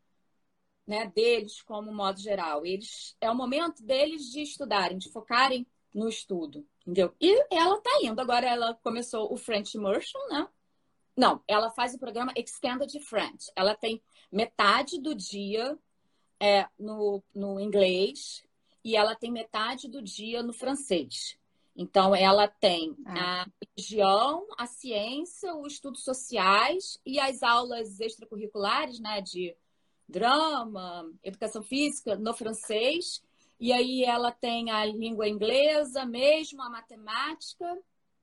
né? Deles como modo geral. Eles, é o momento deles de estudarem, de focarem no estudo, entendeu? E ela tá indo. Agora ela começou o French Immersion, né? Não, ela faz o programa Extended French. Ela tem metade do dia é, no, no inglês e ela tem metade do dia no francês. Então, ela tem Ah, a religião, a ciência, os estudos sociais e as aulas extracurriculares, né, de drama, educação física no francês. E aí ela tem a língua inglesa mesmo, a matemática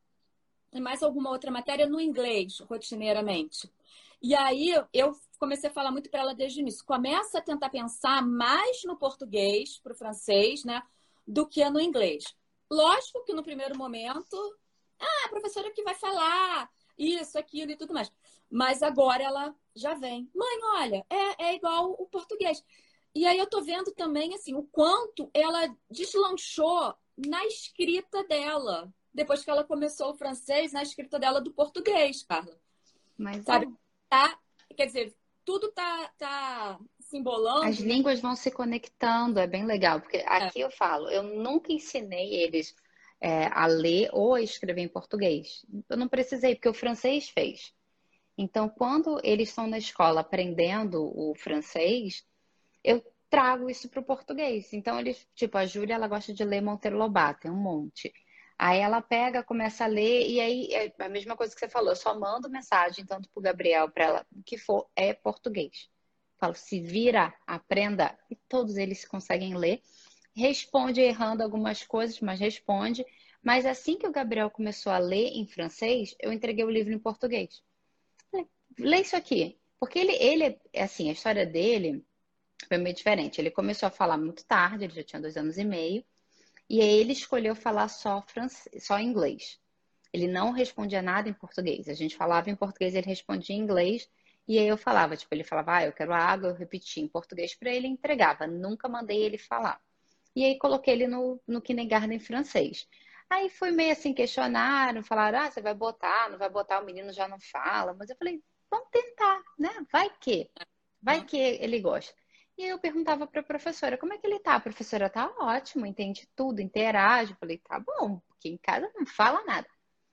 e mais alguma outra matéria no inglês, rotineiramente. E aí eu comecei a falar muito para ela desde o início. Começa a tentar pensar mais no português para o francês, né, do que no inglês. Lógico que no primeiro momento, ah, a professora que vai falar isso, aquilo e tudo mais. Mas agora ela já vem. Mãe, olha, é, é igual o português. E aí eu tô vendo também, assim, o quanto ela deslanchou na escrita dela. Depois que ela começou o francês, na escrita dela do português, Carla. mas Sabe? é. Tá, quer dizer, tudo tá, tá se As embolando, né? línguas vão se conectando, é bem legal, porque É. aqui eu falo, eu nunca ensinei eles é, a ler ou a escrever em português. Eu não precisei, porque o francês fez. Então, quando eles estão na escola aprendendo o francês, eu trago isso para o português. Então, eles, tipo, a Júlia, ela gosta de ler Monteiro Lobato, tem um monte. Aí ela pega, começa a ler, e aí é a mesma coisa que você falou, eu só mando mensagem, tanto para o Gabriel, para ela, o que for, é português. Falo, se vira, aprenda, e todos eles conseguem ler. Responde errando algumas coisas, mas responde. Mas assim que o Gabriel começou a ler em francês, eu entreguei o livro em português. Falei, lê isso aqui. Porque ele, ele, assim, a história dele foi meio diferente. Ele começou a falar muito tarde, ele já tinha dois anos e meio, e aí ele escolheu falar só, francês, só inglês. Ele não respondia nada em português. A gente falava em português, ele respondia em inglês, e aí eu falava, tipo, ele falava, ah, eu quero água, eu repetia em português para ele e entregava. Nunca mandei ele falar. E aí coloquei ele no, no kindergarten francês. Aí foi meio assim, questionaram, falaram, ah, você vai botar, não vai botar, o menino já não fala. Mas eu falei, vamos tentar, né? Vai que, vai que ele gosta. E aí eu perguntava para a professora, como é que ele tá? A professora tá ótimo, entende tudo, interage. Eu falei, tá bom, porque em casa não fala nada.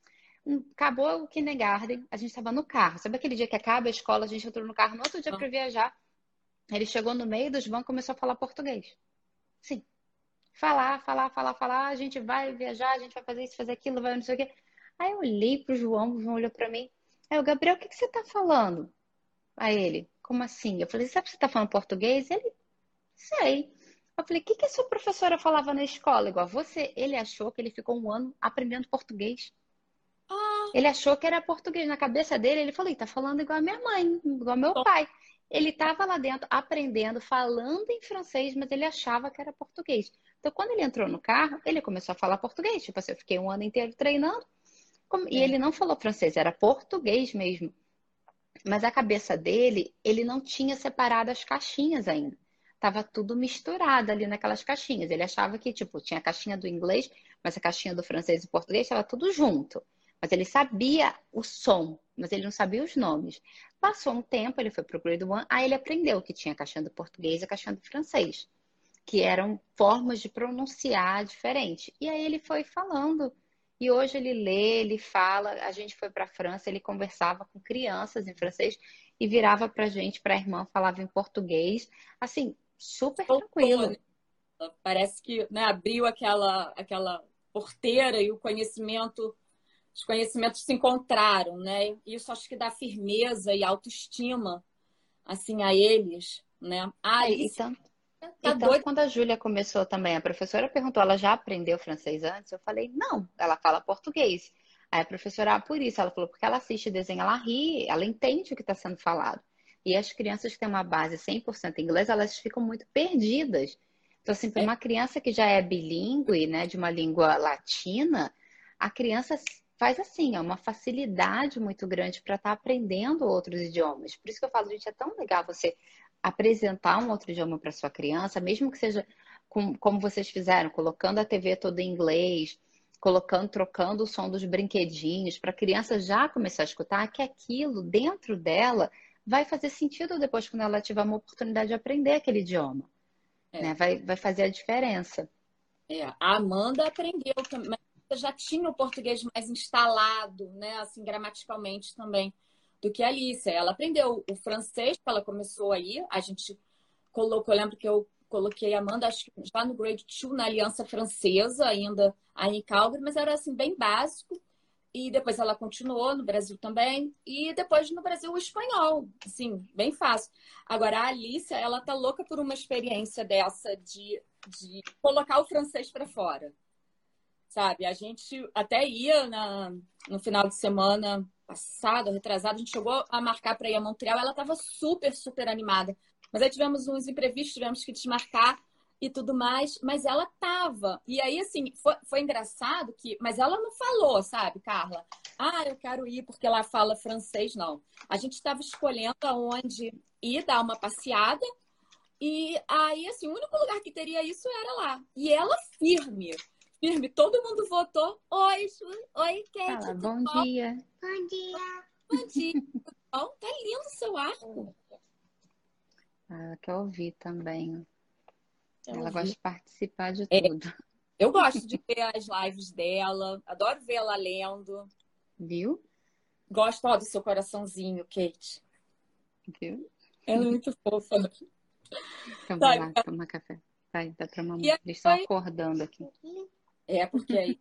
Um- Acabou o kindergarten, a gente estava no carro. Sabe aquele dia que acaba a escola, a gente entrou no carro no outro dia para viajar. Ele chegou no meio dos bancos e começou a falar português. Sim, falar, falar, falar, falar. A gente vai viajar, a gente vai fazer isso, fazer aquilo, vai não sei o quê. Aí eu olhei pro João, o João olhou para mim. Aí o Gabriel, o que que você tá falando? Aí ele, como assim? Eu falei, sabe que você tá falando português? Ele, sei. Eu falei, o que que a sua professora falava na escola? Igual você. Ele achou que ele ficou um ano aprendendo português. Ah, Ele achou que era português. Na cabeça dele, ele falou, "Ih, tá falando igual a minha mãe, igual ao meu pai." Ele estava lá dentro aprendendo, falando em francês, mas ele achava que era português. Então, quando ele entrou no carro, ele começou a falar português. Tipo assim, eu fiquei um ano inteiro treinando e É. ele não falou francês, era português mesmo. Mas a cabeça dele, ele não tinha separado as caixinhas ainda. Tava tudo misturado ali naquelas caixinhas. Ele achava que, tipo, tinha a caixinha do inglês, mas a caixinha do francês e português estava tudo junto. Mas ele sabia o som, mas ele não sabia os nomes. Passou um tempo, ele foi pro Grade One, aí ele aprendeu que tinha a caixinha do português e a caixinha do francês, que eram formas de pronunciar diferente. E aí ele foi falando. E hoje ele lê, ele fala. A gente foi para a França, ele conversava com crianças em francês e virava para a gente, para a irmã, falava em português. Assim, super Soltou, né? tranquilo. Parece que, né, abriu aquela, aquela porteira e o conhecimento, os conhecimentos se encontraram, né? Isso acho que dá firmeza e autoestima, assim, a eles, né? A É, e Alice tanto, e tá tanto doida. quando a Júlia começou também, a professora perguntou, ela já aprendeu francês antes? Eu falei, não, ela fala português. Aí a professora, ah, por isso, ela falou, porque ela assiste desenho, ela ri, ela entende o que está sendo falado. E as crianças que têm uma base cem por cento em inglês, elas ficam muito perdidas. Então, assim, para É, uma criança que já é bilíngue, né, de uma língua latina, a criança faz assim, é uma facilidade muito grande para estar aprendendo outros idiomas. Por isso que eu falo, gente, é tão legal você apresentar um outro idioma para sua criança, mesmo que seja com, como vocês fizeram, colocando a T V toda em inglês, colocando, trocando o som dos brinquedinhos, para a criança já começar a escutar que aquilo dentro dela vai fazer sentido depois quando ela tiver uma oportunidade de aprender aquele idioma, né? é, Vai, vai fazer a diferença. é. A Amanda aprendeu também, mas já tinha o português mais instalado, né? Assim, gramaticalmente também, do que a Alice. Ela aprendeu o francês, que ela começou aí. A gente colocou, eu lembro que eu coloquei a Amanda, acho que já no grade dois, na Aliança Francesa, ainda aí em Calgary, mas era assim, bem básico. E depois ela continuou no Brasil também. E depois no Brasil o espanhol, assim, bem fácil. Agora a Alicia, ela tá louca por uma experiência dessa de, de colocar o francês para fora, sabe? A gente até ia na, no final de semana passado, retrasado, a gente chegou a marcar para ir a Montreal, ela estava super, super animada. Mas aí tivemos uns imprevistos, tivemos que desmarcar e tudo mais, mas ela tava. E aí, assim, foi, foi engraçado que. Mas ela não falou, sabe, Carla? Ah, eu quero ir porque ela fala francês, não. A gente estava escolhendo aonde ir dar uma passeada. E aí, assim, o único lugar que teria isso era lá. E ela firme, firme. Todo mundo votou. Oi, Ju. Oi, Fala, Kate, tudo bom bom? dia. Bom dia. Bom dia. Tudo bom? Tá lindo o seu arco. Ela quer ouvir também. Eu Ela gosta vi. de participar de É, tudo. eu gosto de ver as lives dela. Adoro ver ela lendo. Viu? Gosto, ó, do seu coraçãozinho, Kate. Viu? Ela é muito fofa. Então vai Tá, lá tomar café. Vai, dá pra e mamãe. aí Eles estão foi... acordando aqui. É, porque aí...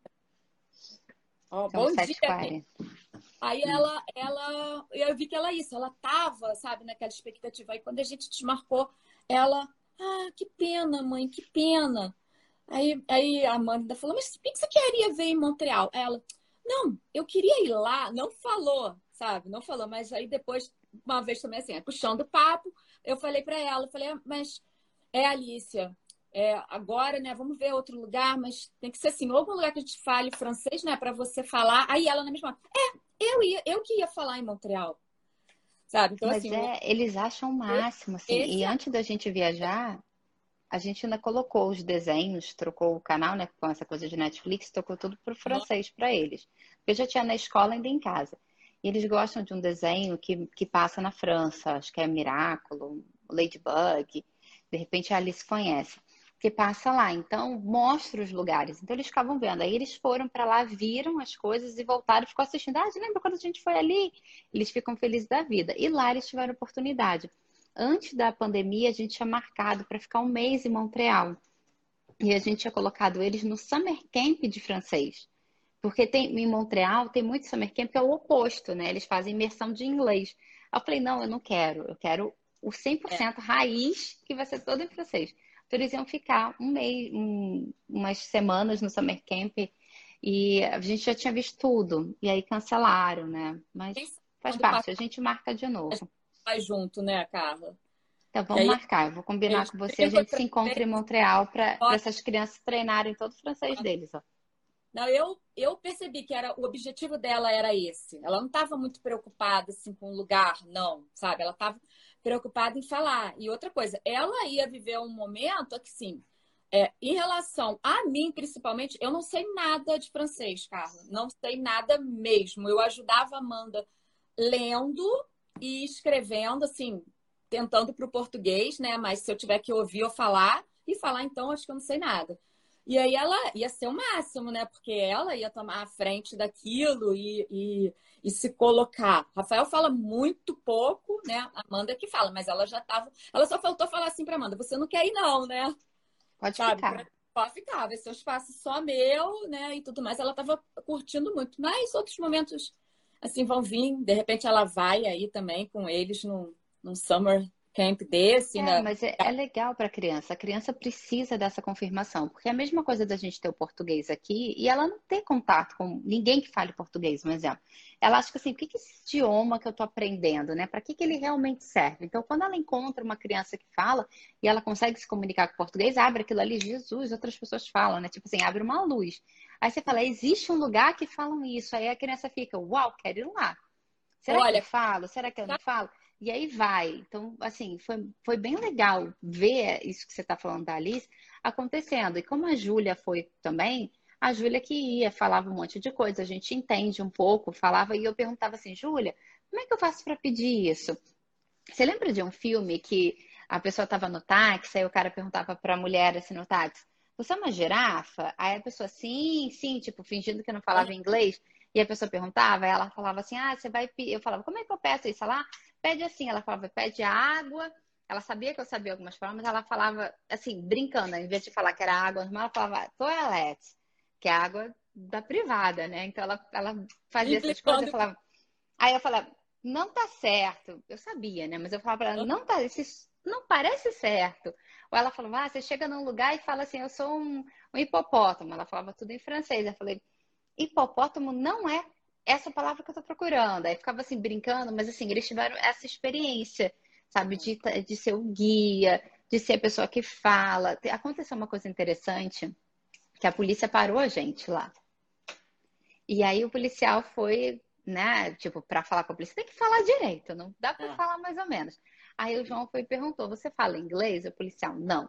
Ó, São bom dia, sete e Kate. quarenta. Aí Hum. ela, ela... Eu vi que ela isso. Ela tava, sabe, naquela expectativa. Aí quando a gente desmarcou, ela... Ah, que pena, mãe, que pena. Aí, aí a Amanda falou, mas o que você queria ver em Montreal? Aí ela, não, eu queria ir lá. Não falou, sabe? Não falou. Mas aí depois, uma vez também assim, puxando o papo, eu falei pra ela, eu falei, mas é, Alicia, é, agora, né, vamos ver outro lugar, mas tem que ser assim, algum lugar que a gente fale francês, né, pra você falar. Aí ela na mesma hora, é, eu, ia, eu que ia falar em Montreal, sabe? Então, Mas assim, o- é, eles acham o máximo, assim. E esse é... antes da gente viajar, a gente ainda colocou os desenhos, trocou o canal, né, com essa coisa de Netflix, trocou tudo pro francês para eles. Porque eu já tinha na escola ainda em casa. E eles gostam de um desenho que, que passa na França, acho que é Miraculo, Ladybug. De repente a Alice conhece, que passa lá. Então mostra os lugares. Então eles ficavam vendo. Aí eles foram para lá, viram as coisas e voltaram e ficou assistindo. Ah, lembra quando a gente foi ali? Eles ficam felizes da vida. E lá eles tiveram oportunidade. Antes da pandemia, a gente tinha marcado para ficar um mês em Montreal. E a gente tinha colocado eles no Summer Camp de francês. Porque tem, em Montreal tem muito Summer Camp que é o oposto, né? Eles fazem imersão de inglês. Aí eu falei, não, eu não quero. Eu quero o cem por cento raiz, que vai ser todo em francês. Então eles iam ficar um mês, um, umas semanas no Summer Camp. E a gente já tinha visto tudo. E aí cancelaram, né? Mas Quem sabe faz quando passa parte, a gente marca de novo. vai junto, né, Carla? Então, vamos aí, marcar. Eu vou combinar com você. A gente se encontra em Montreal para essas crianças treinarem todo o francês deles. Ó. Não, eu, eu percebi que era, o objetivo dela era esse. Ela não estava muito preocupada assim, com o lugar, não, sabe? Ela estava preocupada em falar. E outra coisa, ela ia viver um momento que, sim, é, em relação a mim, principalmente, eu não sei nada de francês, Carla. Não sei nada mesmo. Eu ajudava a Amanda lendo e escrevendo, assim, tentando para o português, né? Mas se eu tiver que ouvir ou falar, e falar, então, acho que eu não sei nada. E aí ela ia ser o máximo, né? Porque ela ia tomar a frente daquilo e, e, e se colocar. Rafael fala muito pouco, né? Amanda que fala, mas ela já estava. Ela só faltou falar assim para Amanda: você não quer ir, não, né? Pode Sabe? ficar. Pode ficar, vai ser um espaço só meu, né? E tudo mais. Ela estava curtindo muito. Mas outros momentos assim vão vir. De repente ela vai aí também com eles num, num summer camp desse, É, né? mas é, é legal para a criança. A criança precisa dessa confirmação, porque é a mesma coisa da gente ter o português aqui e ela não ter contato com ninguém que fale português, um exemplo. Ela acha que assim, o que que é esse idioma que eu estou aprendendo, né? Para que que ele realmente serve? Então, quando ela encontra uma criança que fala e ela consegue se comunicar com o português, abre aquilo ali, Jesus, outras pessoas falam, né? Tipo assim, abre uma luz. Aí você fala, existe um lugar que falam isso. Aí a criança fica, uau, quero ir lá. Será que eu Olha, falo? Será que eu não falo? E aí vai. Então, assim, foi, foi bem legal ver isso que você está falando da Alice acontecendo. E como a Júlia foi também, a Júlia que ia, falava um monte de coisa, a gente entende um pouco, falava, e eu perguntava assim, Júlia, como é que eu faço para pedir isso? Você lembra de um filme que a pessoa estava no táxi, aí o cara perguntava para a mulher assim no táxi, você é uma girafa? Aí a pessoa, sim, sim, tipo, fingindo que não falava inglês. E a pessoa perguntava, aí ela falava assim, ah, você vai... Eu falava, como é que eu peço isso? Ela, ah, pede assim. Ela falava, pede água. Ela sabia que eu sabia algumas palavras, mas ela falava, assim, brincando. Em vez de falar que era água normal, ela falava toilette, que é água da privada, né? Então ela, ela fazia essas coisas, eu implicando. falava... Aí eu falava, não tá certo. Eu sabia, né? Mas eu falava pra ela, não tá, isso não parece certo. Ou ela falava, ah, você chega num lugar e fala assim, eu sou um, um hipopótamo. Ela falava tudo em francês. Eu falei, hipopótamo não é essa palavra que eu tô procurando. Aí ficava assim, brincando, mas assim, eles tiveram essa experiência, sabe, de, de ser o guia, de ser a pessoa que fala. Aconteceu uma coisa interessante, que a polícia parou a gente lá. E aí o policial foi, né, tipo, para falar com a polícia, tem que falar direito, não dá para É. falar mais ou menos. Aí o João foi e perguntou, você fala inglês? O policial, não.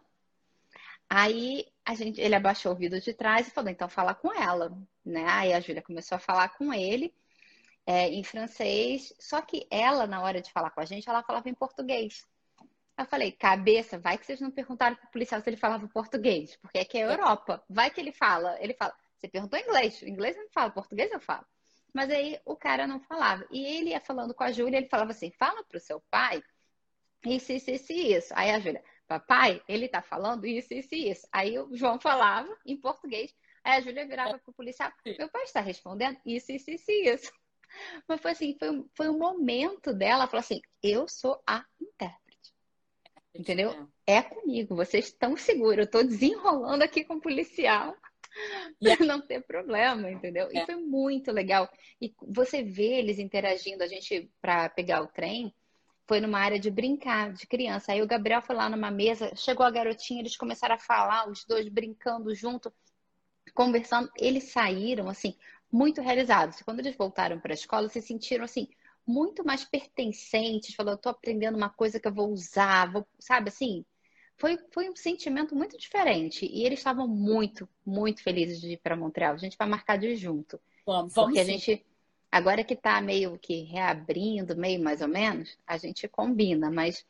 Aí a gente, ele abaixou o vidro de trás e falou, então fala com ela, né? Aí a Júlia começou a falar com ele é, em francês, só que ela, na hora de falar com a gente, ela falava em português. Eu falei, cabeça, vai que vocês não perguntaram pro policial se ele falava português, porque aqui é a Europa. Vai que ele fala, ele fala, você perguntou inglês, o inglês eu não fala, português eu falo. Mas aí o cara não falava. E ele ia falando com a Júlia, ele falava assim, fala pro seu pai isso, isso, isso e isso. Aí a Júlia, papai, ele tá falando isso, isso e isso. Aí o João falava em português, aí a Júlia virava pro policial, meu pai está respondendo isso, isso, isso e isso. Mas foi assim, foi, foi um momento dela, ela falou assim, eu sou a intérprete. Entendeu? É comigo, vocês estão seguros. Eu estou desenrolando aqui com o policial E para não ter problema, entendeu? E é, foi muito legal. E você vê eles interagindo, a gente, para pegar o trem, foi numa área de brincar, de criança. Aí o Gabriel foi lá numa mesa, chegou a garotinha, eles começaram a falar, os dois brincando junto, conversando. Eles saíram, assim, muito realizados. Quando eles voltaram para a escola, se sentiram, assim, muito mais pertencentes. Falou, eu tô aprendendo uma coisa que eu vou usar, vou, sabe, assim... Foi, foi um sentimento muito diferente. E eles estavam muito, muito felizes de ir para Montreal. A gente vai marcar de ir junto. vamos, Porque vamos a sim. gente, agora que está meio que reabrindo, meio mais ou menos, a gente combina, mas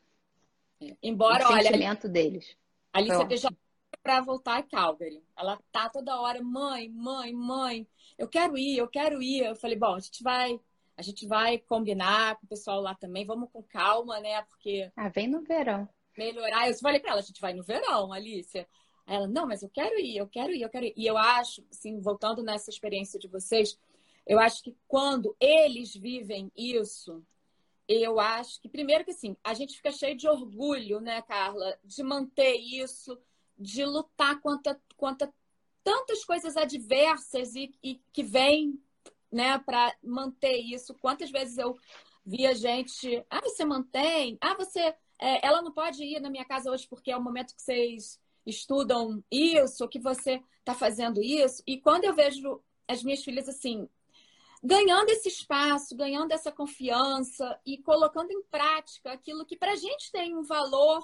o Embora, olha, sentimento deles a foi Alicia esteja ótimo. para voltar a Calgary. Ela tá toda hora, mãe, mãe, mãe, eu quero ir, eu quero ir. Eu falei, bom, a gente vai, a gente vai combinar com o pessoal lá também, vamos com calma, né? Porque Ah, vem no verão. melhorar. Eu falei para ela, a gente vai no verão, Alicia. Aí ela, não, mas eu quero ir, eu quero ir, eu quero ir. E eu acho, assim, voltando nessa experiência de vocês, eu acho que quando eles vivem isso, eu acho que, primeiro que assim, a gente fica cheio de orgulho, né, Carla, de manter isso, de lutar contra, contra tantas coisas adversas e, e que vêm, né, para manter isso. Quantas vezes eu via gente, ah, você mantém? Ah, você, é, ela não pode ir na minha casa hoje porque é o momento que vocês estudam isso, ou que você está fazendo isso. E quando eu vejo as minhas filhas assim, ganhando esse espaço, ganhando essa confiança e colocando em prática aquilo que para a gente tem um valor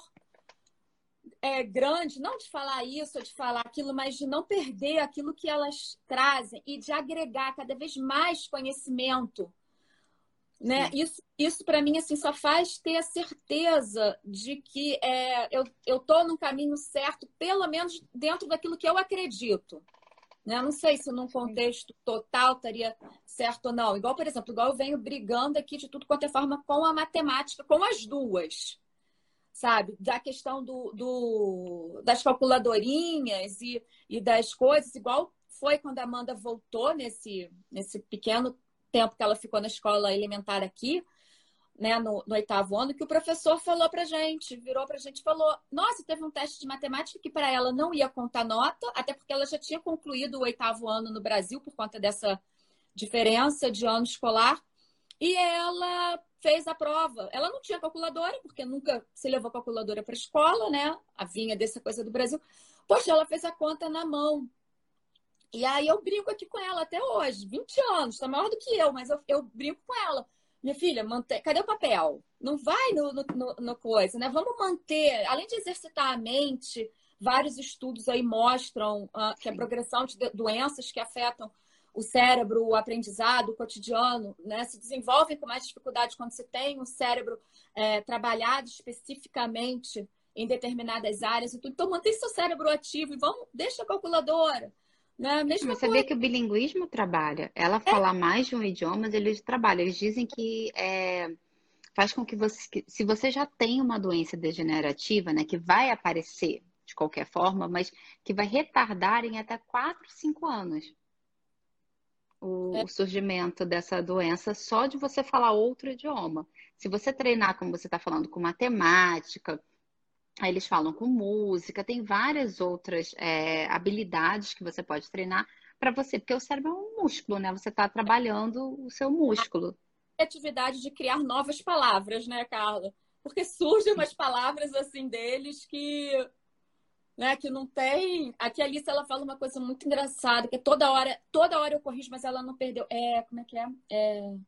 é, grande, não de falar isso ou de falar aquilo, mas de não perder aquilo que elas trazem e de agregar cada vez mais conhecimento, né? Sim. Isso, isso para mim assim só faz ter a certeza de que é, eu eu tô no caminho certo, pelo menos dentro daquilo que eu acredito. Né? Não sei se num contexto total estaria certo ou não. Igual, por exemplo, igual eu venho brigando aqui de tudo quanto é forma com a matemática, com as duas, sabe? Da questão do, do, das calculadorinhas e, e das coisas, igual foi quando a Amanda voltou nesse, nesse pequeno tempo que ela ficou na escola elementar aqui, né, no, no oitavo ano, que o professor falou pra gente, virou pra gente e falou, nossa, teve um teste de matemática que para ela não ia contar nota, até porque ela já tinha concluído o oitavo ano no Brasil por conta dessa diferença de ano escolar, e ela fez a prova. Ela não tinha calculadora, porque nunca se levou calculadora para a escola, né? A vinha dessa coisa do Brasil. Poxa, ela fez a conta na mão. E aí eu brinco aqui com ela até hoje, vinte anos, tá maior do que eu, mas eu, eu brinco com ela. Minha filha, mantém... cadê o papel? Não vai no, no, no, no coisa, né? Vamos manter, além de exercitar a mente, vários estudos aí mostram uh, que a progressão de doenças que afetam o cérebro, o aprendizado, o cotidiano, né, se desenvolvem com mais dificuldade quando você tem o cérebro é, trabalhado especificamente em determinadas áreas. Então, mantém seu cérebro ativo e vamos, deixa a calculadora. Né? Mesma Mas coisa. sabia que o bilinguismo trabalha? Ela É, falar mais de um idioma, eles trabalham. Eles dizem que é, faz com que você, que, se você já tem uma doença degenerativa, né, que vai aparecer de qualquer forma, mas que vai retardar em até quatro, cinco anos o, é, o surgimento dessa doença só de você falar outro idioma. Se você treinar, como você está falando, com matemática, aí eles falam com música, tem várias outras é, habilidades que você pode treinar para você, porque o cérebro é um músculo, né? Você está trabalhando o seu músculo. a atividade de criar novas palavras, né, Carla? Porque surgem Sim. umas palavras assim deles que, né, que não tem. Aqui a Alice ela fala uma coisa muito engraçada, que toda hora, toda hora eu corrijo, mas ela não perdeu. É, como é que é? É...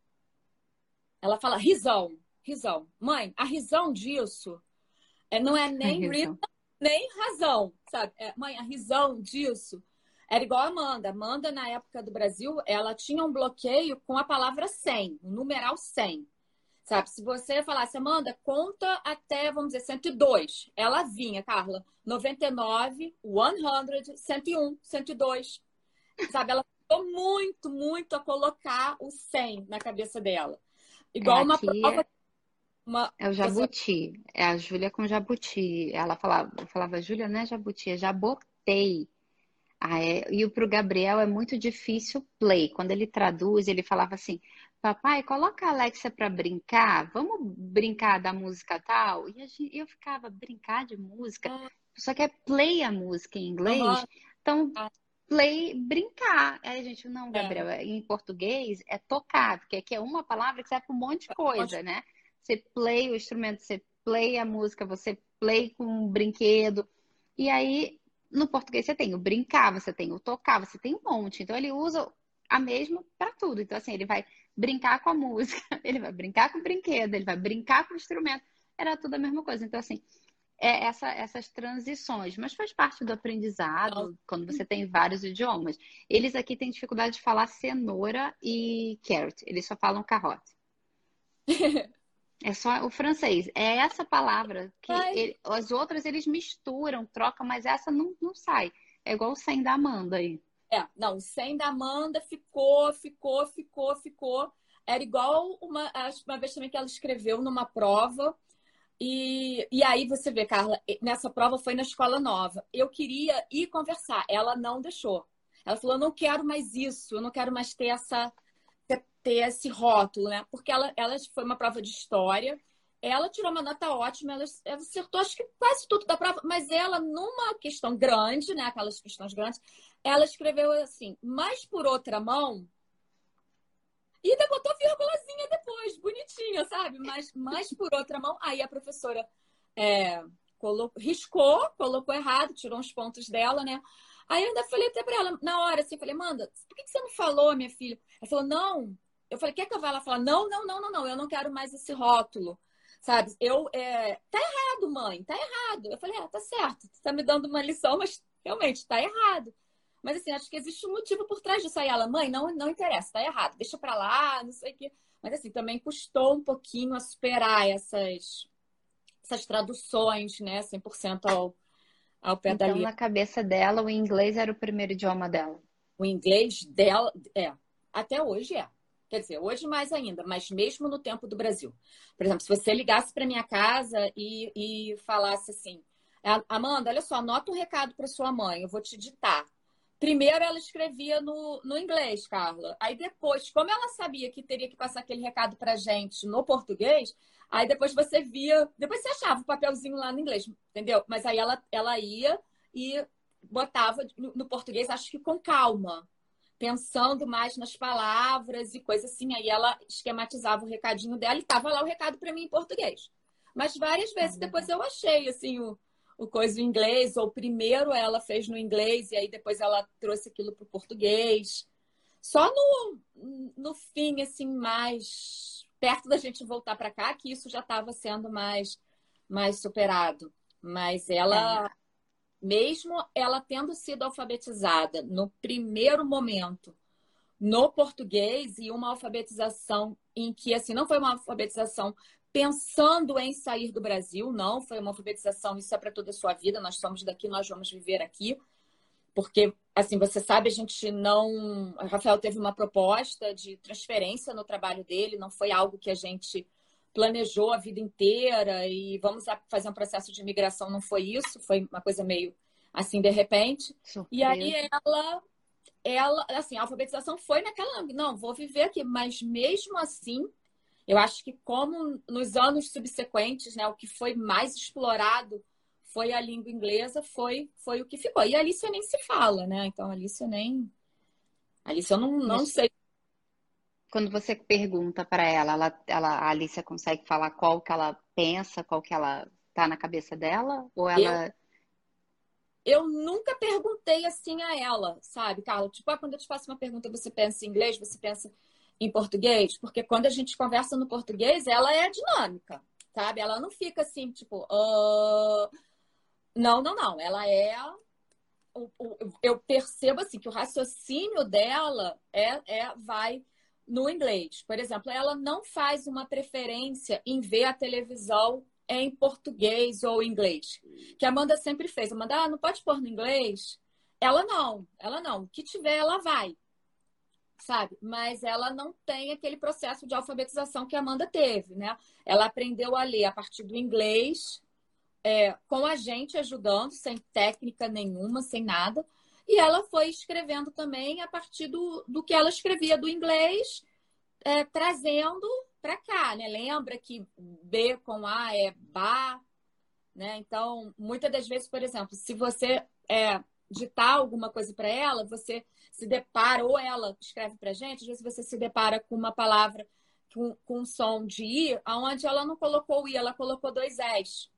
Ela fala risão, risão. Mãe, a risão disso é, não é nem reason, Então, nem razão, sabe? É, mãe, a risão disso era igual a Amanda. Amanda, na época do Brasil, ela tinha um bloqueio com a palavra cem, o numeral cem. Sabe? Se você falasse, Amanda, conta até, vamos dizer, cento e dois. Ela vinha, Carla, noventa e nove, cem, cento e um, cento e dois. Sabe? Ela ficou muito, muito a colocar o cem na cabeça dela. é, Igual uma aqui prova, é, uma... é o Você... jabuti. É a Júlia com jabuti. Ela falava, eu falava, Júlia, não é jabuti, é jabotei. Ah, é, e para o Gabriel é muito difícil play. Quando ele traduz, ele falava assim: Papai, coloca a Alexa para brincar, vamos brincar da música tal. E a gente- eu ficava, brincar de música? Só que é play a música em Aham, inglês, então ah, play, brincar. Aí a gente, não, é. Gabriel, é- em português é tocar, porque aqui é uma palavra que serve para um monte de coisa, né? Você play o instrumento, você play a música, você play com um brinquedo. E aí no português você tem o brincar, você tem o tocar, você tem um monte. Então ele usa a mesma para tudo. Então, assim, ele vai brincar com a música, ele vai brincar com o brinquedo, ele vai brincar com o instrumento. Era tudo a mesma coisa. Então, assim, é essa, essas transições, mas faz parte do Não. aprendizado quando você tem vários idiomas. Eles aqui têm dificuldade de falar cenoura e carrot, eles só falam carrote. É só o francês. É essa palavra que Ai, ele- as outras eles misturam, trocam, mas essa não, não sai. É igual o cem da Amanda aí. é, não, o cem da Amanda ficou, ficou, ficou, ficou. Era igual uma, acho que uma vez também que ela escreveu numa prova. E, e aí você vê, Carla, nessa prova foi na escola nova. Eu queria ir conversar, ela não deixou. Ela falou: eu não quero mais isso, eu não quero mais ter essa ter, ter esse rótulo, né? Porque ela, ela foi uma prova de história, ela tirou uma nota ótima, ela, ela acertou acho que quase tudo da prova, mas ela, numa questão grande, né? Aquelas questões grandes, ela escreveu assim, mas por outra mão, E ainda botou vírgulazinha depois, bonitinha, sabe? Mas, mas por outra mão, aí a professora é, colocou, riscou, colocou errado, tirou uns pontos dela, né? Aí eu ainda falei até pra ela, na hora, assim, falei, Amanda, por que você não falou, minha filha? Ela falou, não. Eu falei, quer que eu vá lá falar? Não, não, não, não, não, eu não quero mais esse rótulo, sabe? Eu, é, tá errado, mãe, tá errado. Eu falei, é, tá certo, você tá me dando uma lição, mas realmente tá errado. Mas assim, acho que existe um motivo por trás disso. Aí ela, mãe, não, não interessa, tá errado, deixa pra lá, não sei o quê. Mas assim, também custou um pouquinho a superar essas, essas traduções, né, cem por cento ao, ao pé da Então, letra. na cabeça dela, o inglês era o primeiro idioma dela. O inglês dela é, até hoje é. Quer dizer, hoje mais ainda, mas mesmo no tempo do Brasil. Por exemplo, se você ligasse para minha casa e, e falasse assim, Amanda, olha só, anota um recado para sua mãe, eu vou te ditar. Primeiro ela escrevia no, no inglês, Carla. Aí depois, como ela sabia que teria que passar aquele recado pra gente no português, aí depois você via, depois você achava o papelzinho lá no inglês, entendeu? Mas aí ela, ela ia e botava no, no português, acho que com calma, pensando mais nas palavras e coisa assim. Aí ela esquematizava o recadinho dela e tava lá o recado para mim em português. Mas várias vezes depois eu achei assim o o coisa em inglês, ou primeiro ela fez no inglês e aí depois ela trouxe aquilo para o português. Só no, no fim, assim, mais perto da gente voltar para cá, que isso já estava sendo mais, mais superado. Mas É, ela, mesmo ela tendo sido alfabetizada no primeiro momento no português e uma alfabetização em que, assim, não foi uma alfabetização pensando em sair do Brasil, não, foi uma alfabetização, isso é para toda a sua vida, nós somos daqui, nós vamos viver aqui, porque, assim, você sabe, a gente não... O Rafael teve uma proposta de transferência no trabalho dele, não foi algo que a gente planejou a vida inteira e vamos fazer um processo de imigração, não foi isso, foi uma coisa meio assim, de repente. E aí surpresa. ela ela, assim, a alfabetização foi naquela, não, vou viver aqui, mas mesmo assim, eu acho que como nos anos subsequentes, né, o que foi mais explorado foi a língua inglesa, foi, foi o que ficou. E a Alicia nem se fala, né? Então, a Alicia nem... A Alicia eu não, não Mas sei. quando você pergunta para ela, ela, ela, a Alicia consegue falar qual que ela pensa, qual que ela tá na cabeça dela? Ou Eu, ela. eu nunca perguntei assim a ela, sabe, Carla? Tipo, ah, quando eu te faço uma pergunta, você pensa em inglês, você pensa em português? Porque quando a gente conversa no português, ela é dinâmica, sabe? Ela não fica assim, tipo, "Ah", não, não, não. Ela é. o- o- Eu percebo assim que o raciocínio dela é, é vai no inglês. Por exemplo, ela não faz uma preferência em ver a televisão em português ou inglês, que a Amanda sempre fez. Amanda, ah, não pode pôr no inglês? Ela não, ela não. O que tiver, ela vai, sabe? Mas ela não tem aquele processo de alfabetização que a Amanda teve, né? Ela aprendeu a ler a partir do inglês, é, com a gente ajudando, sem técnica nenhuma, sem nada. E ela foi escrevendo também a partir do, do que ela escrevia do inglês, é, trazendo para cá, né? Lembra que B com A é ba, né? Então, muitas das vezes, por exemplo, se você é, ditar alguma coisa para ela, você se depara, ou ela escreve para a gente, às vezes você se depara com uma palavra com, com um som de I, onde ela não colocou o I, ela colocou dois S.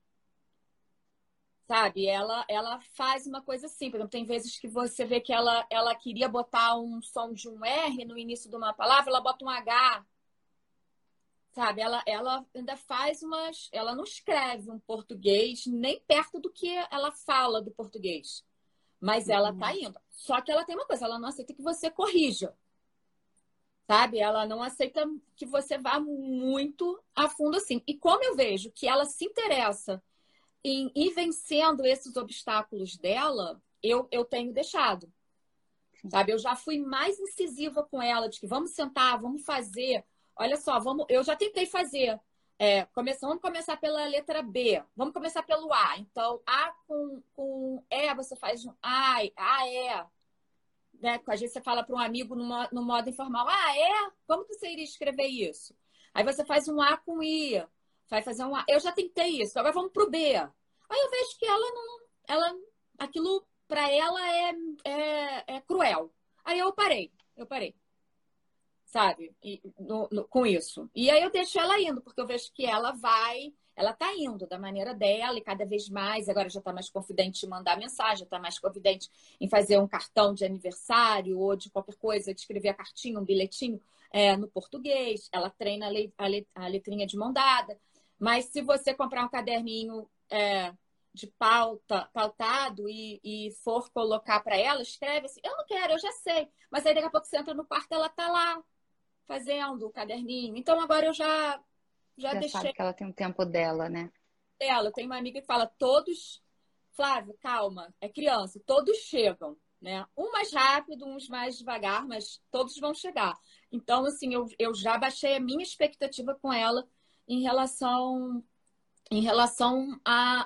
Sabe, ela, ela faz uma coisa assim, por exemplo, tem vezes que você vê que ela, ela queria botar um som de um R no início de uma palavra, ela bota um H, sabe? Ela, ela ainda faz umas. Ela não escreve um português nem perto do que ela fala do português, mas ela tá Uhum. indo. Só que ela tem uma coisa, ela não aceita que você corrija, sabe? Ela não aceita que você vá muito a fundo assim. E como eu vejo que ela se interessa em ir vencendo esses obstáculos dela, eu, eu tenho deixado, Sim. sabe? Eu já fui mais incisiva com ela, de que vamos sentar, vamos fazer. Olha só, vamos, eu já tentei fazer. É, começa, vamos começar pela letra B, vamos começar pelo A. Então, A com, com E, você faz um ai, A, E. Né? Às vezes você fala para um amigo no, no modo informal, ah, é? Como que você iria escrever isso? Aí você faz um A com I, vai fazer um A. Eu já tentei isso, agora vamos pro B. Aí eu vejo que ela não, ela, aquilo para ela é, é, é cruel. Aí eu parei, eu parei. sabe? E, no, no, com isso. E aí eu deixo ela indo, porque eu vejo que ela vai, ela tá indo da maneira dela e cada vez mais, agora já tá mais confidente em mandar mensagem, já tá mais confidente em fazer um cartão de aniversário ou de qualquer coisa, de escrever a cartinha, um bilhetinho é, no português. Ela treina a, le, a, le, a letrinha de mão dada. Mas se você comprar um caderninho é, de pauta, pautado e, e for colocar para ela, escreve assim, eu não quero, eu já sei. Mas aí daqui a pouco você entra no quarto, ela tá lá fazendo o caderninho. Então agora eu já, já Já sabe deixei que ela tem um tempo dela, né? ela. Eu tenho uma amiga que fala, todos, Flávio, calma, é criança, todos chegam, né? Um mais rápido, uns mais devagar, mas todos vão chegar. Então, assim, eu, eu já baixei a minha expectativa com ela em relação em relação a,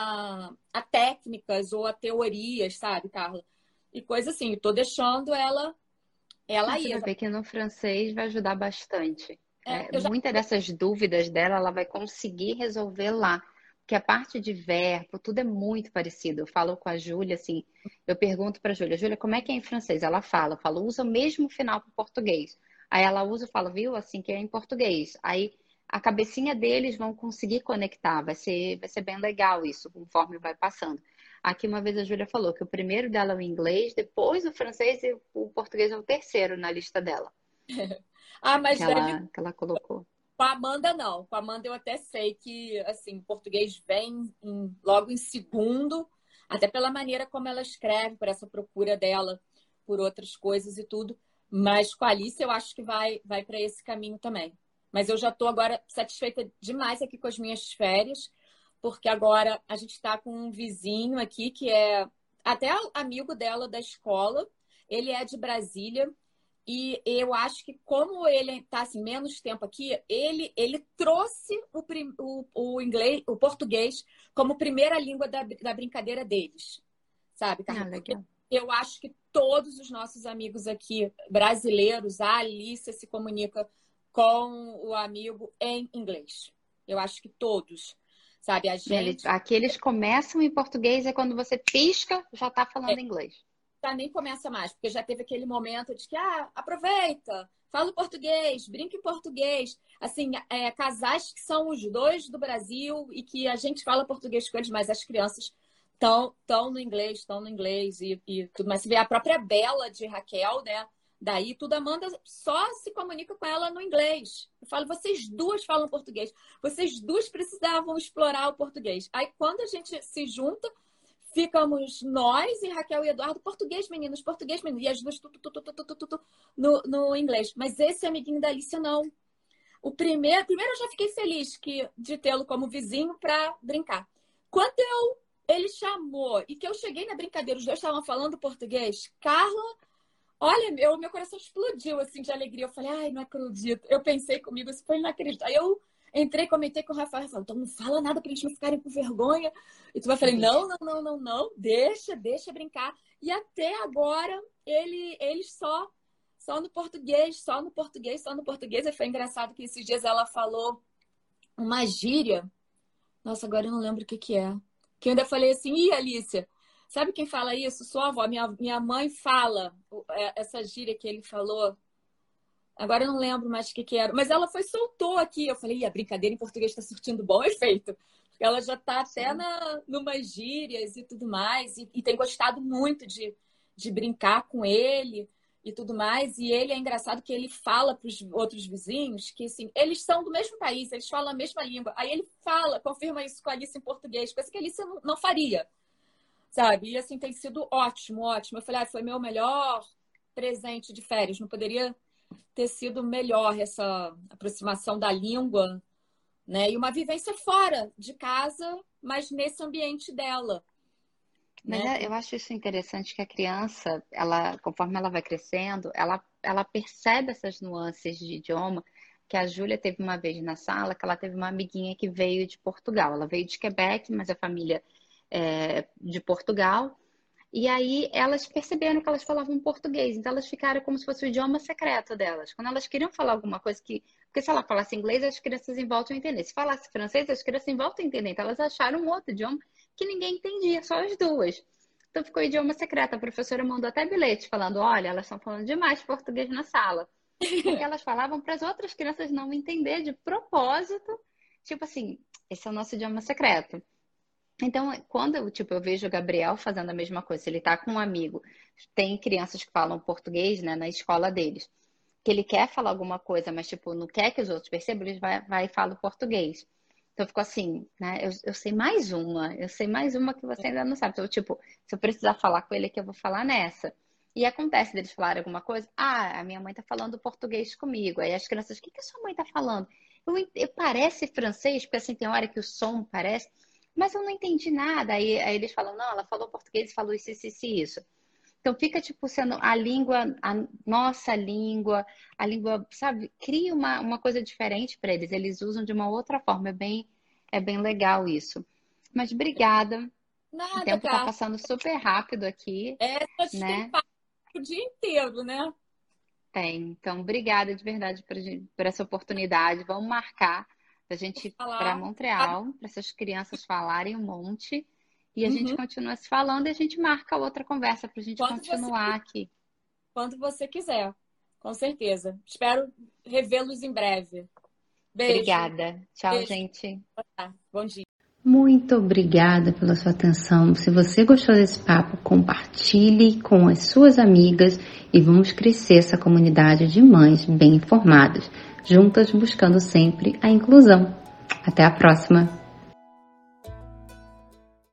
a, a técnicas ou a teorias, sabe, Carla? E coisa assim, eu tô deixando ela ela Ah, você aí. vai ver que no francês vai ajudar bastante. É, É, eu já muitas dessas dúvidas dela, ela vai conseguir resolver lá. Porque a parte de verbo, tudo é muito parecido. Eu falo com a Júlia, assim, eu pergunto para a Júlia, Júlia, como é que é em francês? Ela fala, eu falo, usa o mesmo final para o português. Aí ela usa e fala, viu, assim que é em português. Aí a cabecinha deles vão conseguir conectar, vai ser, vai ser bem legal isso, conforme vai passando. Aqui uma vez a Júlia falou que o primeiro dela é o inglês, depois o francês e o português é o terceiro na lista dela, ah, que mas deve ela, que ela colocou. com a Amanda não. Com a Amanda eu até sei que assim, o português vem em- logo em segundo, até pela maneira como ela escreve, por essa procura dela por outras coisas e tudo. Mas com a Alice eu acho que vai vai para esse caminho também. Mas eu já estou agora satisfeita demais aqui com as minhas férias, porque agora a gente está com um vizinho aqui que é até amigo dela da escola. Ele é de Brasília. E eu acho que como ele está assim, menos tempo aqui, ele, ele trouxe o, prim- o, o inglês, o português como primeira língua da, da brincadeira deles, sabe, Ah, Carla? Porque legal. eu acho que todos os nossos amigos aqui brasileiros, a Alicia se comunica com o amigo em inglês. Eu acho que todos, sabe? A Ele, gente aqui eles começam em português, é quando você pisca, já está falando inglês. já nem começa mais, porque já teve aquele momento de que, ah, aproveita, fala português, brinca em português. Assim, é, casais que são os dois do Brasil e que a gente fala português com eles, mas as crianças estão tão no inglês, estão no inglês e, e tudo mais. Você vê a própria Bela de Raquel, né? Daí tudo, Amanda só se comunica com ela no inglês. Eu falo, vocês duas falam português. Vocês duas precisavam explorar o português. Aí quando a gente se junta, ficamos nós e Raquel e Eduardo, português, meninos, português, meninos. E as duas tu, tu, tu, tu, tu, tu, tu, tu, no, no inglês. Mas esse amiguinho da Alicia, não. O primeiro, primeiro eu já fiquei feliz que, de tê-lo como vizinho para brincar. Quando eu, ele chamou e que eu cheguei na brincadeira, os dois estavam falando português, Carla, olha, meu, meu coração explodiu assim de alegria. Eu falei, ai, não acredito. Eu pensei comigo, isso foi inacreditável. Aí eu entrei, comentei com o Rafael, falou, então não fala nada para eles não ficarem com vergonha. E tu vai falei, não, não, não, não, não, deixa, deixa brincar. E até agora ele, eles só, só no português, só no português, só no português. E foi engraçado que esses dias ela falou uma gíria. Nossa, agora eu não lembro o que que é. Que eu ainda falei assim, ih, Alicia, sabe quem fala isso? Sua avó, minha, minha mãe fala é, essa gíria que ele falou. Agora eu não lembro mais o que que era. Mas ela foi, soltou aqui. Eu falei, ih, a brincadeira em português está surtindo bom efeito. Porque ela já está até Sim. na, numas gírias e tudo mais. E, e tem gostado muito de, de brincar com ele e tudo mais. E ele é engraçado que ele fala para os outros vizinhos que, assim, eles são do mesmo país, eles falam a mesma língua. Aí ele fala, confirma isso com a Alice em português, coisa que a Alice não, não faria, sabe? E, assim, tem sido ótimo, ótimo. Eu falei, ah, foi meu melhor presente de férias. Não poderia ter sido melhor essa aproximação da língua, né? E uma vivência fora de casa, mas nesse ambiente dela, Mas né? é- Que eu acho isso interessante que a criança, ela, conforme ela vai crescendo, ela, ela percebe essas nuances de idioma. Que a Júlia teve uma vez na sala que ela teve uma amiguinha que veio de Portugal. Ela veio de Quebec, mas a família é de Portugal. E aí elas perceberam que elas falavam português, então elas ficaram como se fosse o idioma secreto delas. Quando elas queriam falar alguma coisa que. Porque se ela falasse inglês, as crianças em volta iam entender. Se falasse francês, as crianças em volta iam entender. Então elas acharam um outro idioma que ninguém entendia, só as duas. Então ficou idioma secreto. A professora mandou até bilhete falando: olha, elas estão falando demais português na sala. Porque elas falavam para as outras crianças não entender de propósito. Tipo assim, esse é o nosso idioma secreto. Então, quando eu, tipo, eu vejo o Gabriel fazendo a mesma coisa, se ele tá com um amigo, tem crianças que falam português, né, na escola deles, que ele quer falar alguma coisa, mas, tipo, não quer que os outros percebam, ele vai, vai e fala o português. Então, ficou assim, né, eu, eu sei mais uma, eu sei mais uma que você ainda não sabe. Então, tipo, se eu precisar falar com ele aqui, eu vou falar nessa. E acontece deles falarem alguma coisa, ah, a minha mãe tá falando português comigo. Aí as crianças, o que que a sua mãe tá falando? Eu, eu parece francês, porque assim, tem hora que o som parece, mas eu não entendi nada. Aí, aí eles falam, não, ela falou português e falou isso, isso, isso, isso. Então fica tipo sendo a língua, a nossa língua, a língua, sabe, cria uma, uma coisa diferente para eles. Eles usam de uma outra forma. É bem, é bem legal isso. Mas obrigada. Nada, O tempo tá cara. passando super rápido aqui, É, a gente tem né? papo o dia inteiro, né? Tem. Então, obrigada de verdade por, por essa oportunidade. Vamos marcar pra gente ir para Falar. Montreal, para essas crianças falarem um monte. E a gente Uhum. continua se falando e a gente marca outra conversa para a gente Quando você, continuar aqui. quando você quiser, com certeza. Espero revê-los em breve. Beijo. Obrigada. Tchau, Beijo. gente. Tá. Bom dia. Muito obrigada pela sua atenção. Se você gostou desse papo, compartilhe com as suas amigas e vamos crescer essa comunidade de mães bem informadas, juntas buscando sempre a inclusão. Até a próxima!